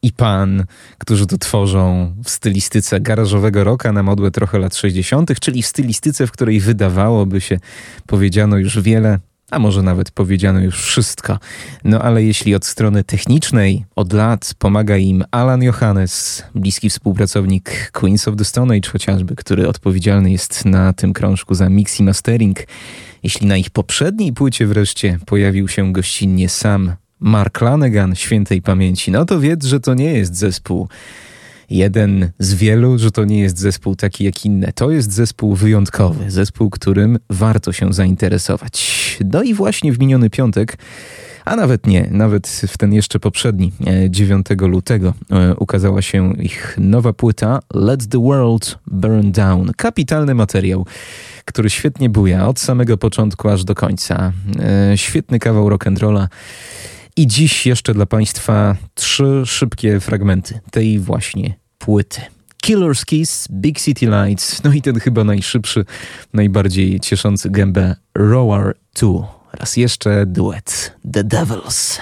i pan, którzy to tworzą w stylistyce garażowego rocka na modłę trochę lat 60., czyli w stylistyce, w której wydawałoby się powiedziano już wiele, a może nawet powiedziano już wszystko. No ale jeśli od strony technicznej od lat pomaga im Alan Johannes, bliski współpracownik Queens of the Stone Age chociażby, który odpowiedzialny jest na tym krążku za mix i mastering, jeśli na ich poprzedniej płycie wreszcie pojawił się gościnnie sam Mark Lanegan, świętej pamięci, no to wiedz, że to nie jest zespół jeden z wielu, że to nie jest zespół taki jak inne. To jest zespół wyjątkowy, zespół, którym warto się zainteresować. No i właśnie w miniony piątek, a nawet nie, nawet w ten jeszcze poprzedni, 9 lutego ukazała się ich nowa płyta Let the World Burn Down. Kapitalny materiał, który świetnie buja od samego początku aż do końca. Świetny kawał rock'n'rolla. I dziś jeszcze dla Państwa 3 szybkie fragmenty tej właśnie płyty. Killer's Kiss, Big City Lights, no i ten chyba najszybszy, najbardziej cieszący gębę Roar 2. Raz jeszcze duet The Devils.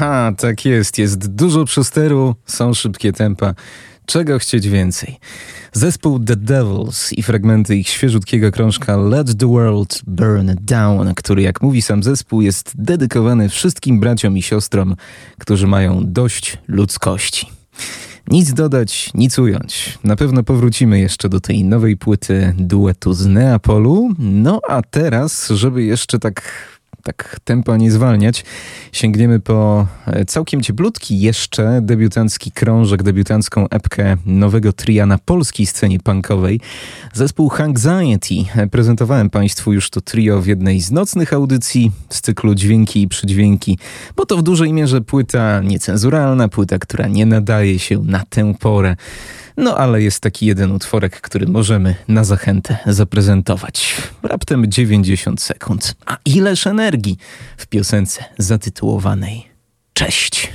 Ha, tak jest dużo przesteru, są szybkie tempa. Czego chcieć więcej? Zespół The Devils i fragmenty ich świeżutkiego krążka Let the World Burn Down, który, jak mówi sam zespół, jest dedykowany wszystkim braciom i siostrom, którzy mają dość ludzkości. Nic dodać, nic ująć. Na pewno powrócimy jeszcze do tej nowej płyty duetu z Neapolu. No a teraz, żeby jeszcze tak tempa nie zwalniać, sięgniemy po całkiem cieplutki jeszcze debiutancki krążek, debiutancką epkę nowego tria na polskiej scenie punkowej. Zespół Hangxiety. Prezentowałem Państwu już to trio w jednej z nocnych audycji z cyklu Dźwięki i Przydźwięki, bo to w dużej mierze płyta niecenzuralna, płyta, która nie nadaje się na tę porę. No ale jest taki jeden utworek, który możemy na zachętę zaprezentować. Raptem 90 sekund. A ileż energii w piosence zatytułowanej Cześć.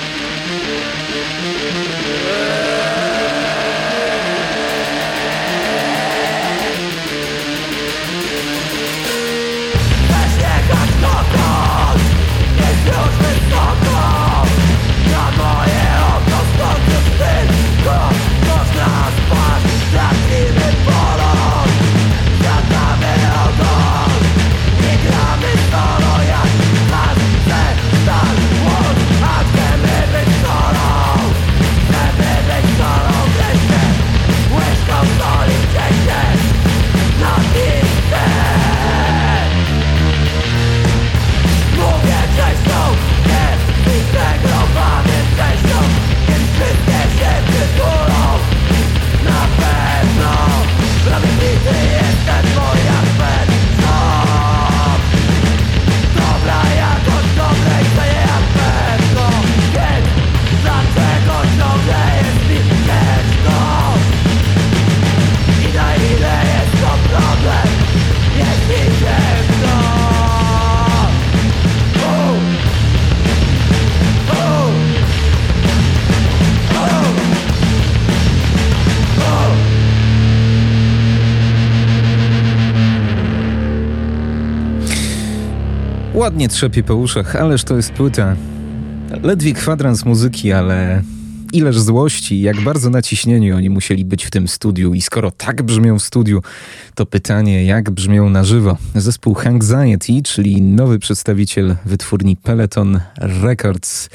Ładnie trzepie po uszach, ależ to jest płyta. Ledwie kwadrans muzyki, ale ileż złości, jak bardzo na ciśnieniu oni musieli być w tym studiu. I skoro tak brzmią w studiu, to pytanie, jak brzmią na żywo. Zespół Hangxiety, czyli nowy przedstawiciel wytwórni Peloton Records.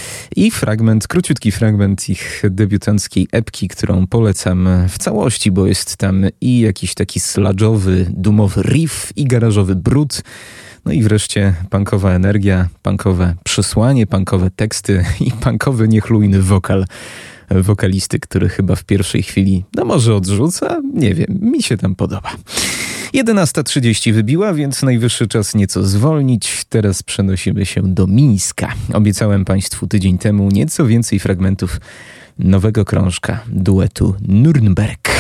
I króciutki fragment ich debiutanckiej epki, którą polecam w całości, bo jest tam i jakiś taki sludge'owy, doomowy riff, i garażowy brud. No i wreszcie punkowa energia, punkowe przesłanie, punkowe teksty i punkowy niechlujny wokal wokalisty, który chyba w pierwszej chwili, no może odrzuca, nie wiem, mi się tam podoba. 11:30 wybiła, więc najwyższy czas nieco zwolnić. Teraz przenosimy się do Mińska. Obiecałem Państwu tydzień temu nieco więcej fragmentów nowego krążka duetu Nürnberg.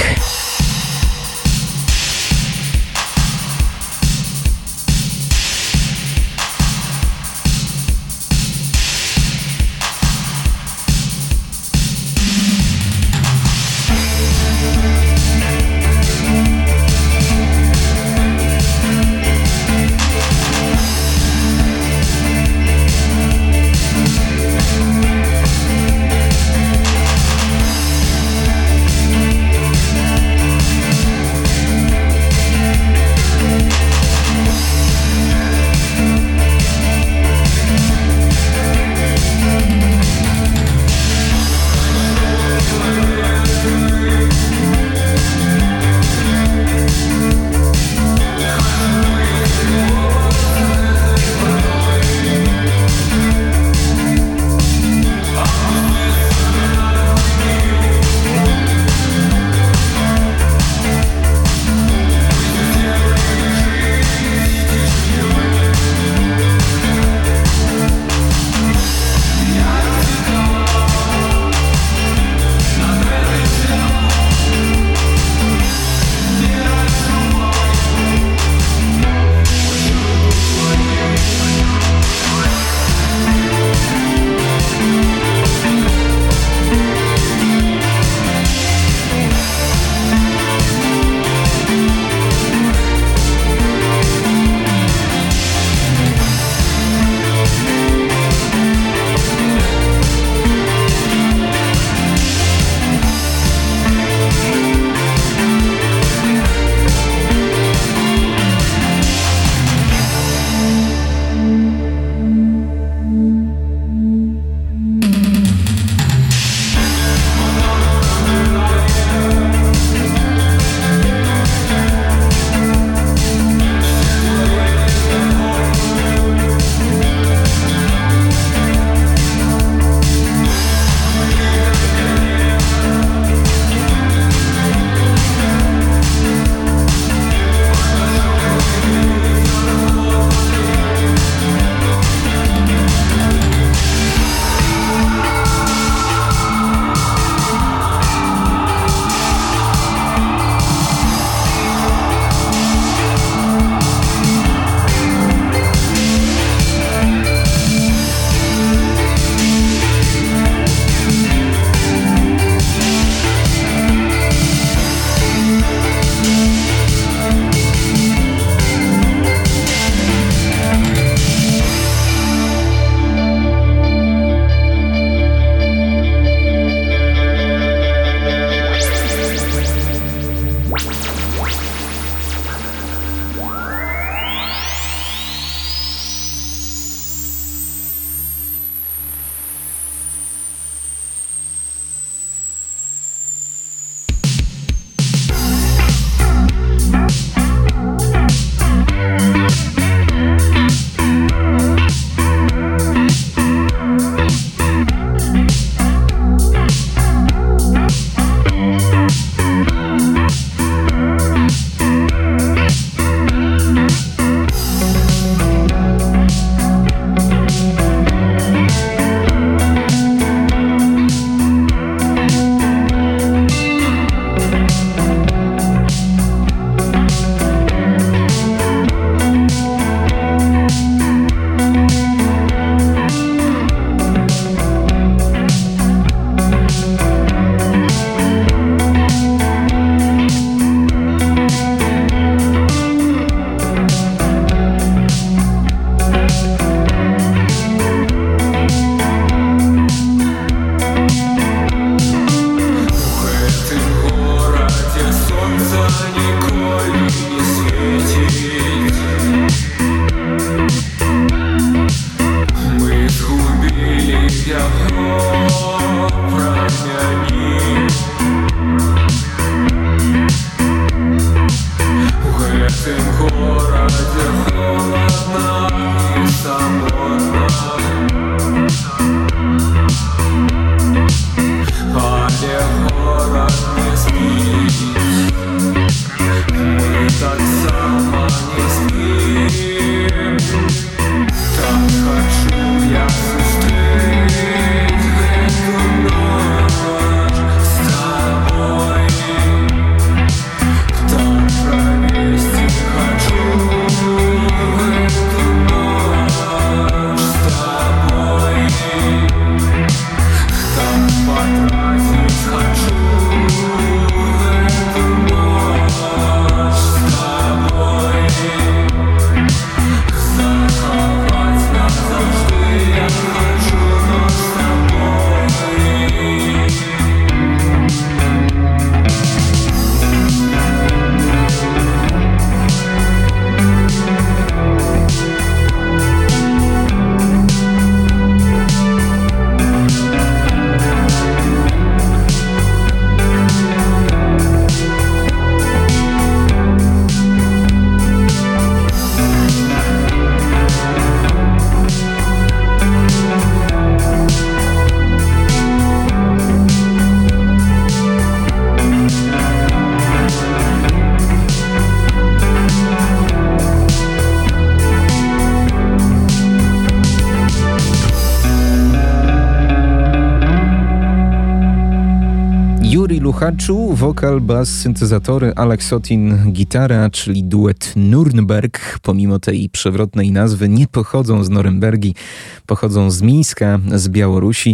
Luchaczu, wokal, bas, syntezatory, Alex Sotin, gitara, czyli duet Nürnberg. Pomimo tej przewrotnej nazwy nie pochodzą z Norymbergi, pochodzą z Mińska, z Białorusi.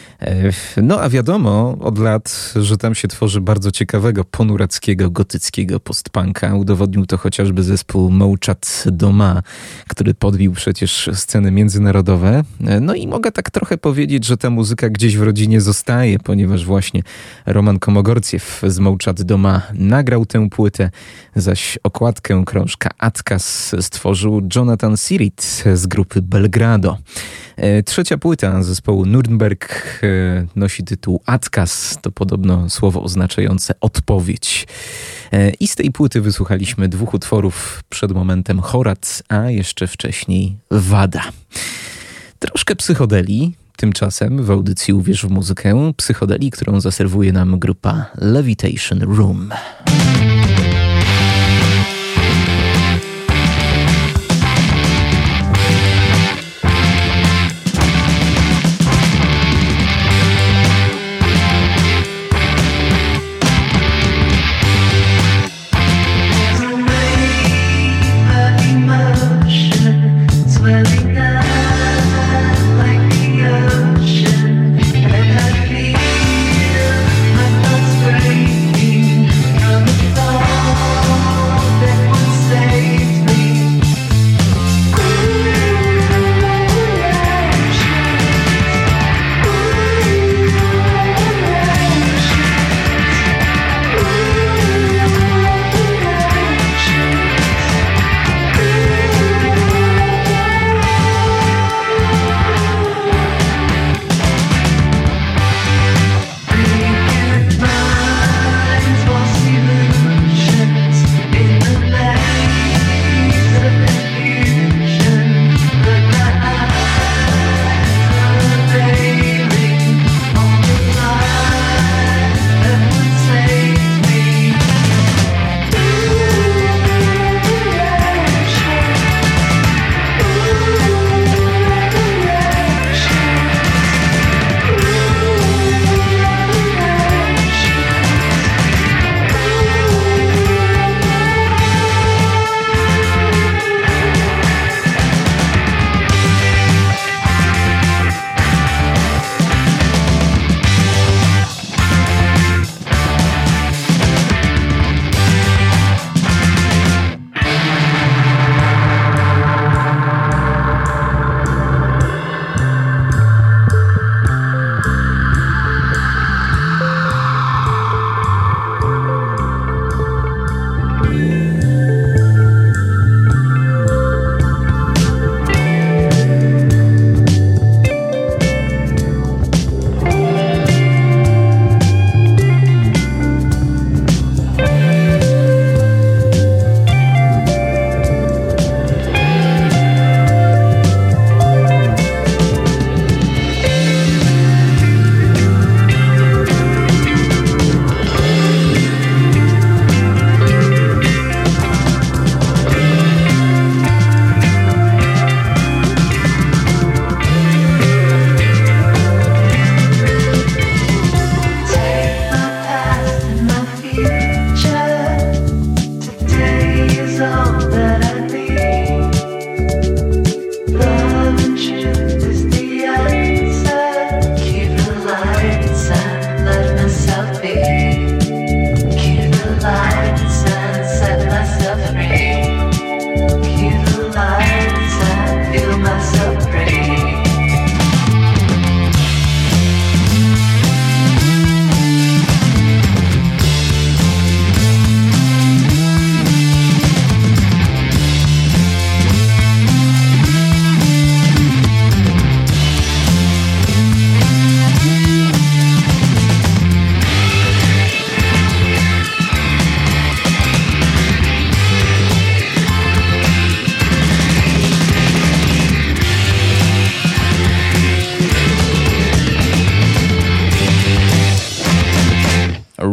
No a wiadomo od lat, że tam się tworzy bardzo ciekawego, ponurackiego, gotyckiego postpunka. Udowodnił to chociażby zespół Mouchad Doma, który podbił przecież sceny międzynarodowe. No i mogę tak trochę powiedzieć, że ta muzyka gdzieś w rodzinie zostaje, ponieważ właśnie Roman Komogorciew z Mouchad Doma nagrał tę płytę, zaś okładkę krążka Atkas stworzył Jonathan Sirit z grupy Belgrado. Trzecia płyta zespołu Nürnberg nosi tytuł Atkas, to podobno słowo oznaczające odpowiedź. I z tej płyty wysłuchaliśmy dwóch utworów, przed momentem Horac, a jeszcze wcześniej Wada. Troszkę psychodelii, tymczasem w audycji Uwierz w muzykę, psychodelii, którą zaserwuje nam grupa Levitation Room. Breaking from the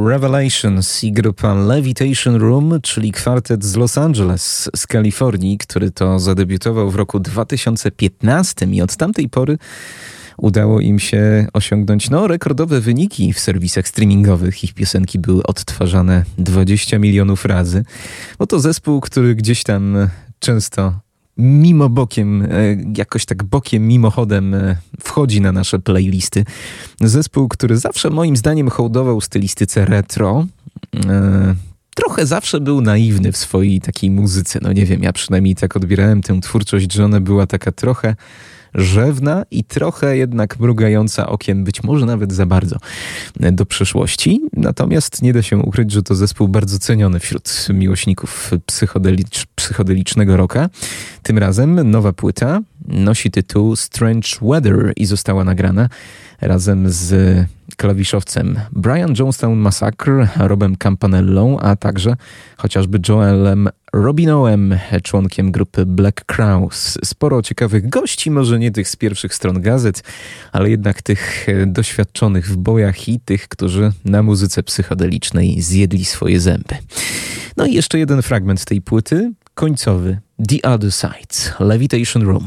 Revelations i grupa Levitation Room, czyli kwartet z Los Angeles, z Kalifornii, który to zadebiutował w roku 2015 i od tamtej pory udało im się osiągnąć rekordowe wyniki w serwisach streamingowych. Ich piosenki były odtwarzane 20 milionów razy. Bo to zespół, który gdzieś tam często mimo bokiem, jakoś tak bokiem, mimochodem wchodzi na nasze playlisty. Zespół, który zawsze moim zdaniem hołdował stylistyce retro. Trochę zawsze był naiwny w swojej takiej muzyce. No nie wiem, ja przynajmniej tak odbierałem tę twórczość, że ona była taka trochę rzewna i trochę jednak mrugająca okiem, być może nawet za bardzo do przyszłości. Natomiast nie da się ukryć, że to zespół bardzo ceniony wśród miłośników psychodelicznego rocka. Tym razem nowa płyta nosi tytuł Strange Weather i została nagrana razem z klawiszowcem Brian Jonestown Massacre, Robem Campanellą, a także chociażby Joelem Robinoem, członkiem grupy Black Crowes. Sporo ciekawych gości, może nie tych z pierwszych stron gazet, ale jednak tych doświadczonych w bojach i tych, którzy na muzyce psychodelicznej zjedli swoje zęby. No i jeszcze jeden fragment tej płyty, końcowy, The Other Side, Levitation Room.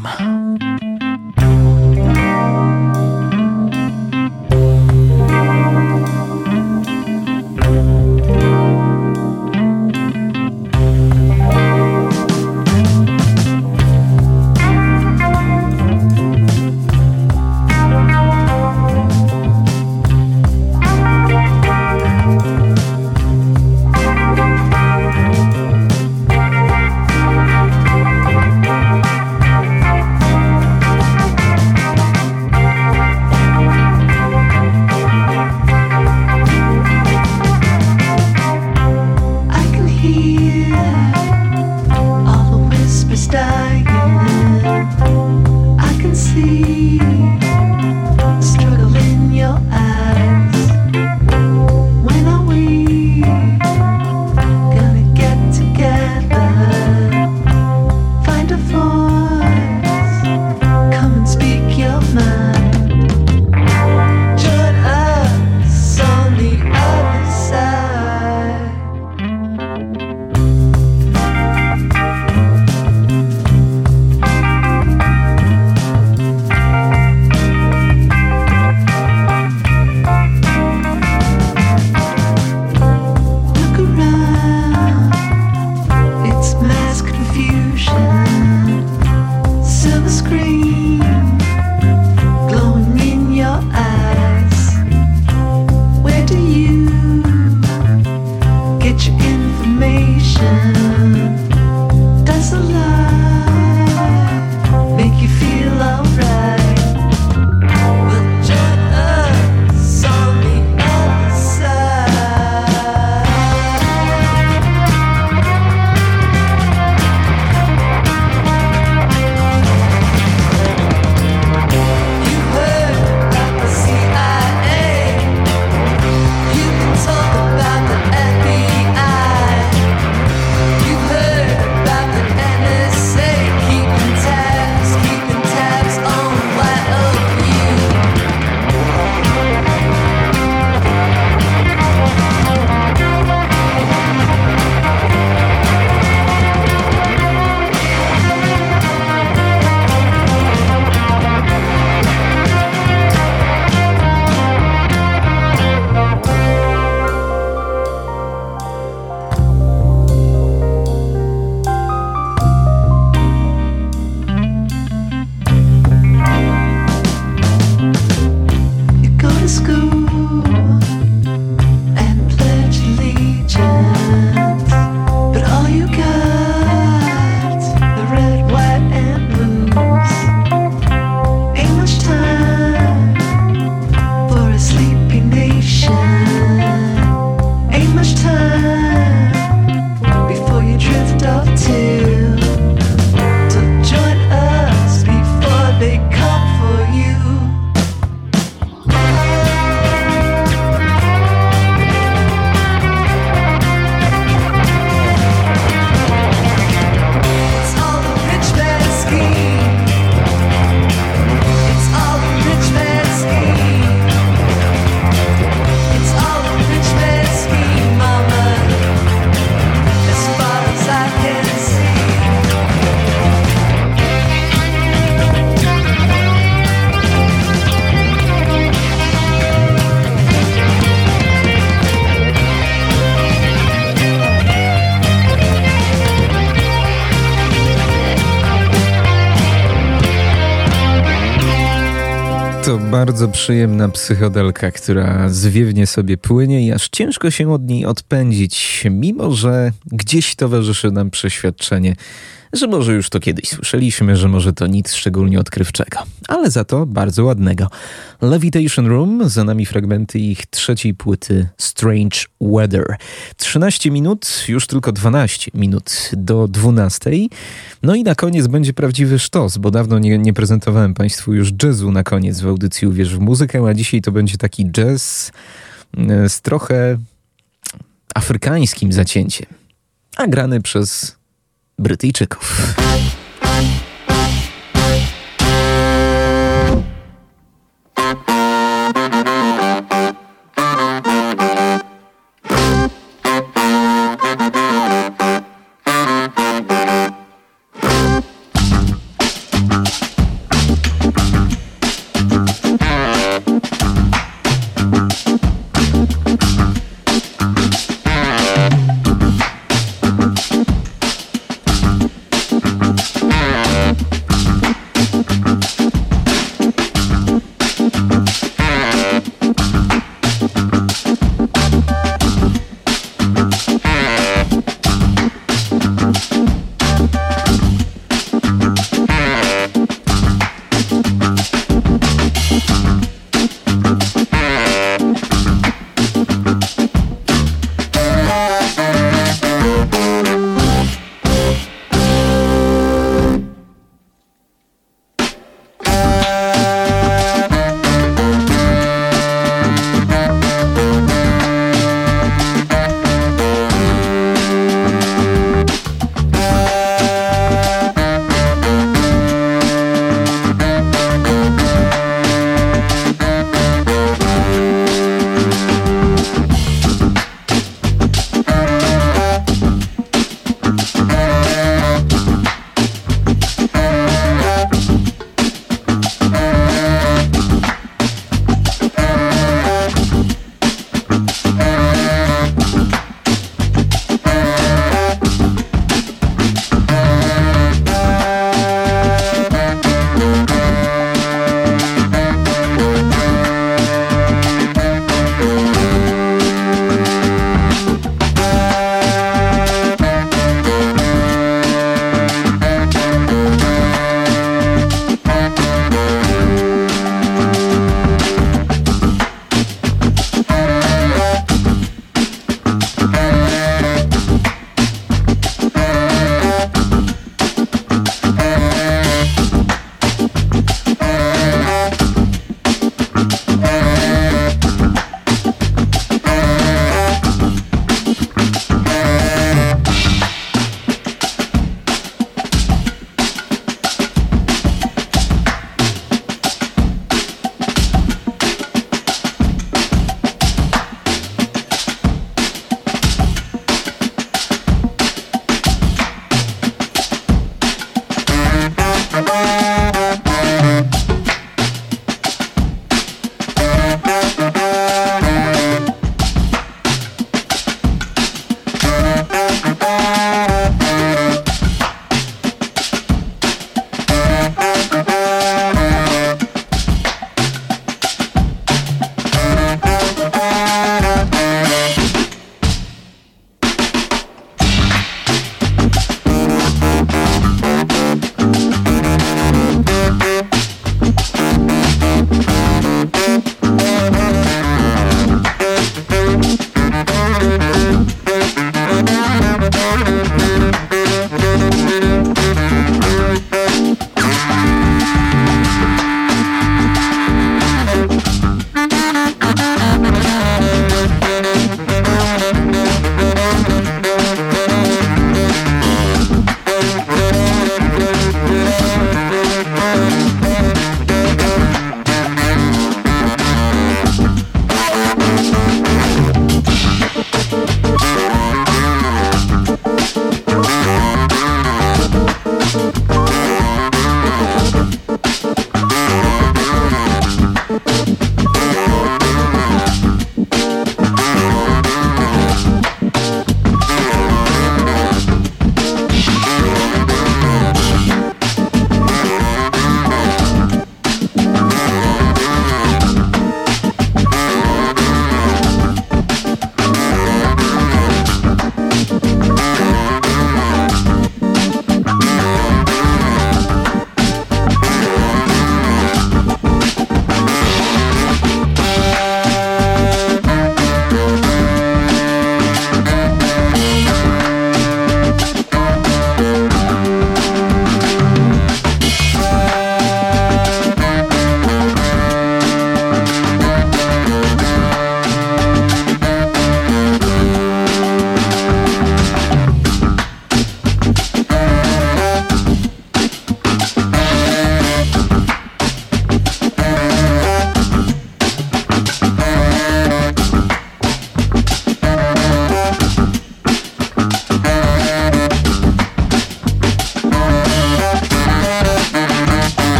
To bardzo przyjemna psychodelka, która zwiewnie sobie płynie i aż ciężko się od niej odpędzić, mimo że gdzieś towarzyszy nam przeświadczenie, że może już to kiedyś słyszeliśmy, że może to nic szczególnie odkrywczego, ale za to bardzo ładnego. Levitation Room, za nami fragmenty ich trzeciej płyty Strange Weather. 13 minut, już tylko 12 minut do 12. No i na koniec będzie prawdziwy sztos, bo dawno nie prezentowałem Państwu już jazzu na koniec w audycji Uwierz w muzykę, a dzisiaj to będzie taki jazz z trochę afrykańskim zacięciem, a grany przez Brytyjczyków.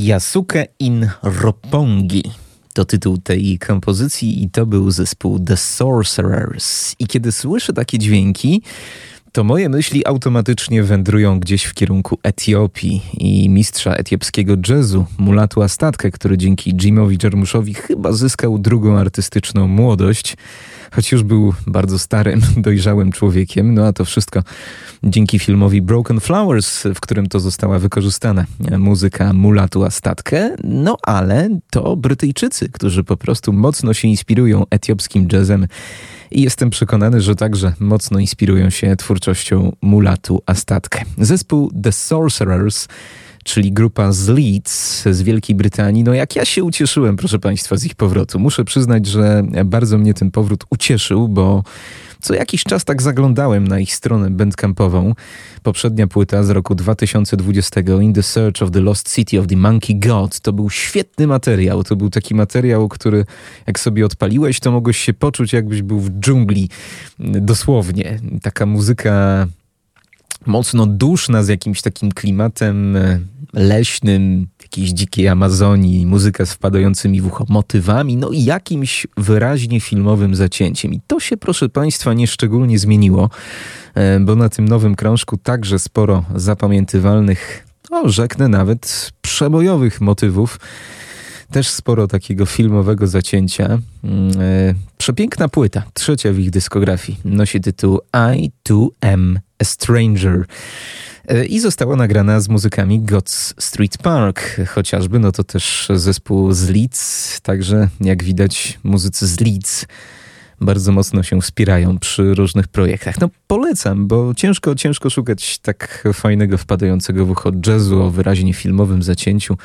Yasuke in Roppongi to tytuł tej kompozycji i to był zespół The Sorcerers. I kiedy słyszę takie dźwięki, to moje myśli automatycznie wędrują gdzieś w kierunku Etiopii i mistrza etiopskiego jazzu Mulatu Astatke, który dzięki Jimowi Jarmuszowi chyba zyskał drugą artystyczną młodość, choć już był bardzo starym, dojrzałym człowiekiem. No a to wszystko dzięki filmowi Broken Flowers, w którym to została wykorzystana muzyka Mulatu Astatke. No ale to Brytyjczycy, którzy po prostu mocno się inspirują etiopskim jazzem i jestem przekonany, że także mocno inspirują się twórczością Mulatu Astatke. Zespół The Sorcerers, czyli grupa z Leeds z Wielkiej Brytanii. No jak ja się ucieszyłem, proszę Państwa, z ich powrotu. Muszę przyznać, że bardzo mnie ten powrót ucieszył, bo co jakiś czas tak zaglądałem na ich stronę bandcampową. Poprzednia płyta z roku 2020, In the Search of the Lost City of the Monkey God, to był świetny materiał. To był taki materiał, który jak sobie odpaliłeś, to mogłeś się poczuć, jakbyś był w dżungli. Dosłownie. Taka muzyka mocno duszna, z jakimś takim klimatem leśnym, jakiejś dzikiej Amazonii, muzyka z wpadającymi w ucho motywami, no i jakimś wyraźnie filmowym zacięciem. I to się, proszę Państwa, nieszczególnie zmieniło, bo na tym nowym krążku także sporo zapamiętywalnych, rzeknę nawet przebojowych motywów. Też sporo takiego filmowego zacięcia. Przepiękna płyta, trzecia w ich dyskografii. Nosi tytuł I Too Am a Stranger. I została nagrana z muzykami God's Street Park. Chociażby, no to też zespół z Leeds. Także jak widać, muzycy z Leeds bardzo mocno się wspierają przy różnych projektach. No polecam, bo ciężko szukać tak fajnego, wpadającego w ucho jazzu o wyraźnie filmowym zacięciu,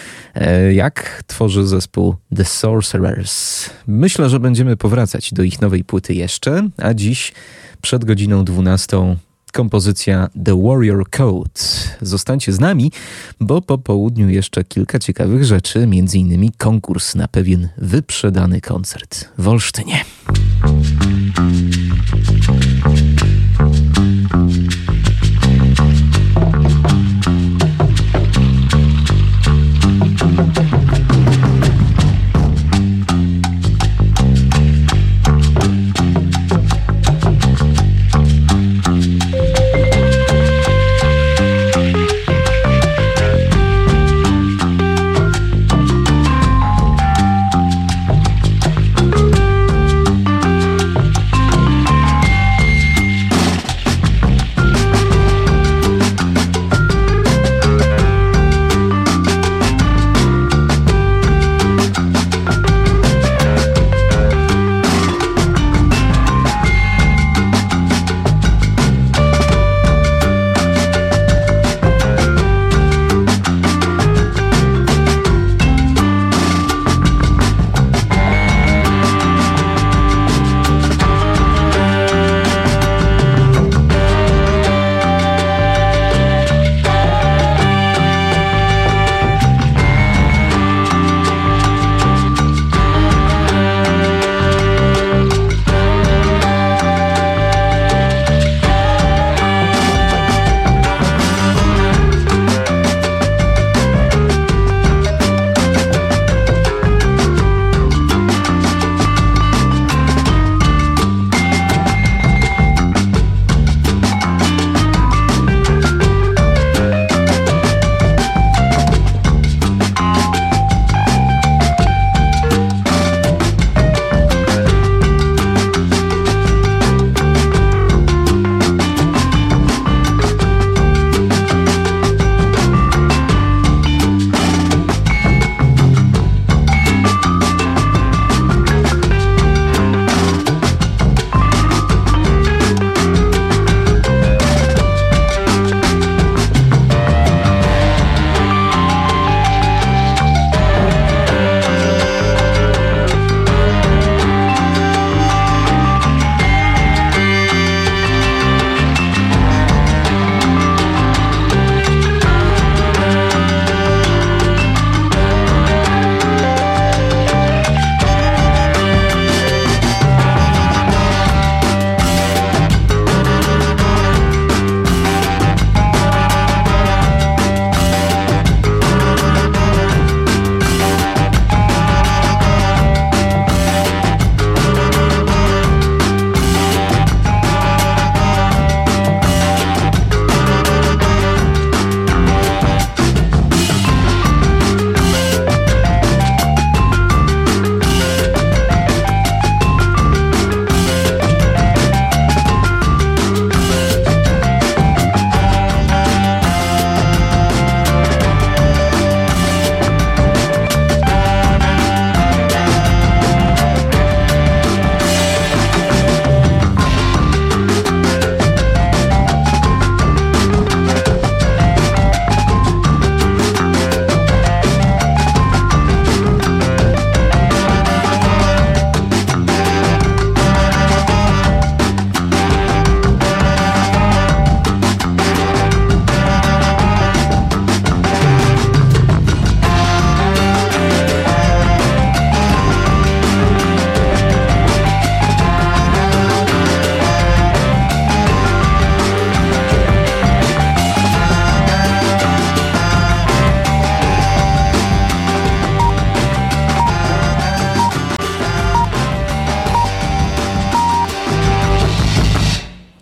jak tworzy zespół The Sorcerers. Myślę, że będziemy powracać do ich nowej płyty jeszcze, a dziś przed godziną 12 kompozycja The Warrior Code. Zostańcie z nami, bo po południu jeszcze kilka ciekawych rzeczy, m.in. konkurs na pewien wyprzedany koncert w Olsztynie.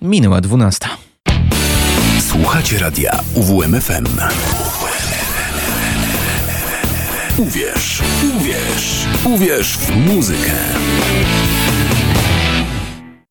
minęła 12. Słuchacie radia UWMFM. Uwierz w muzykę.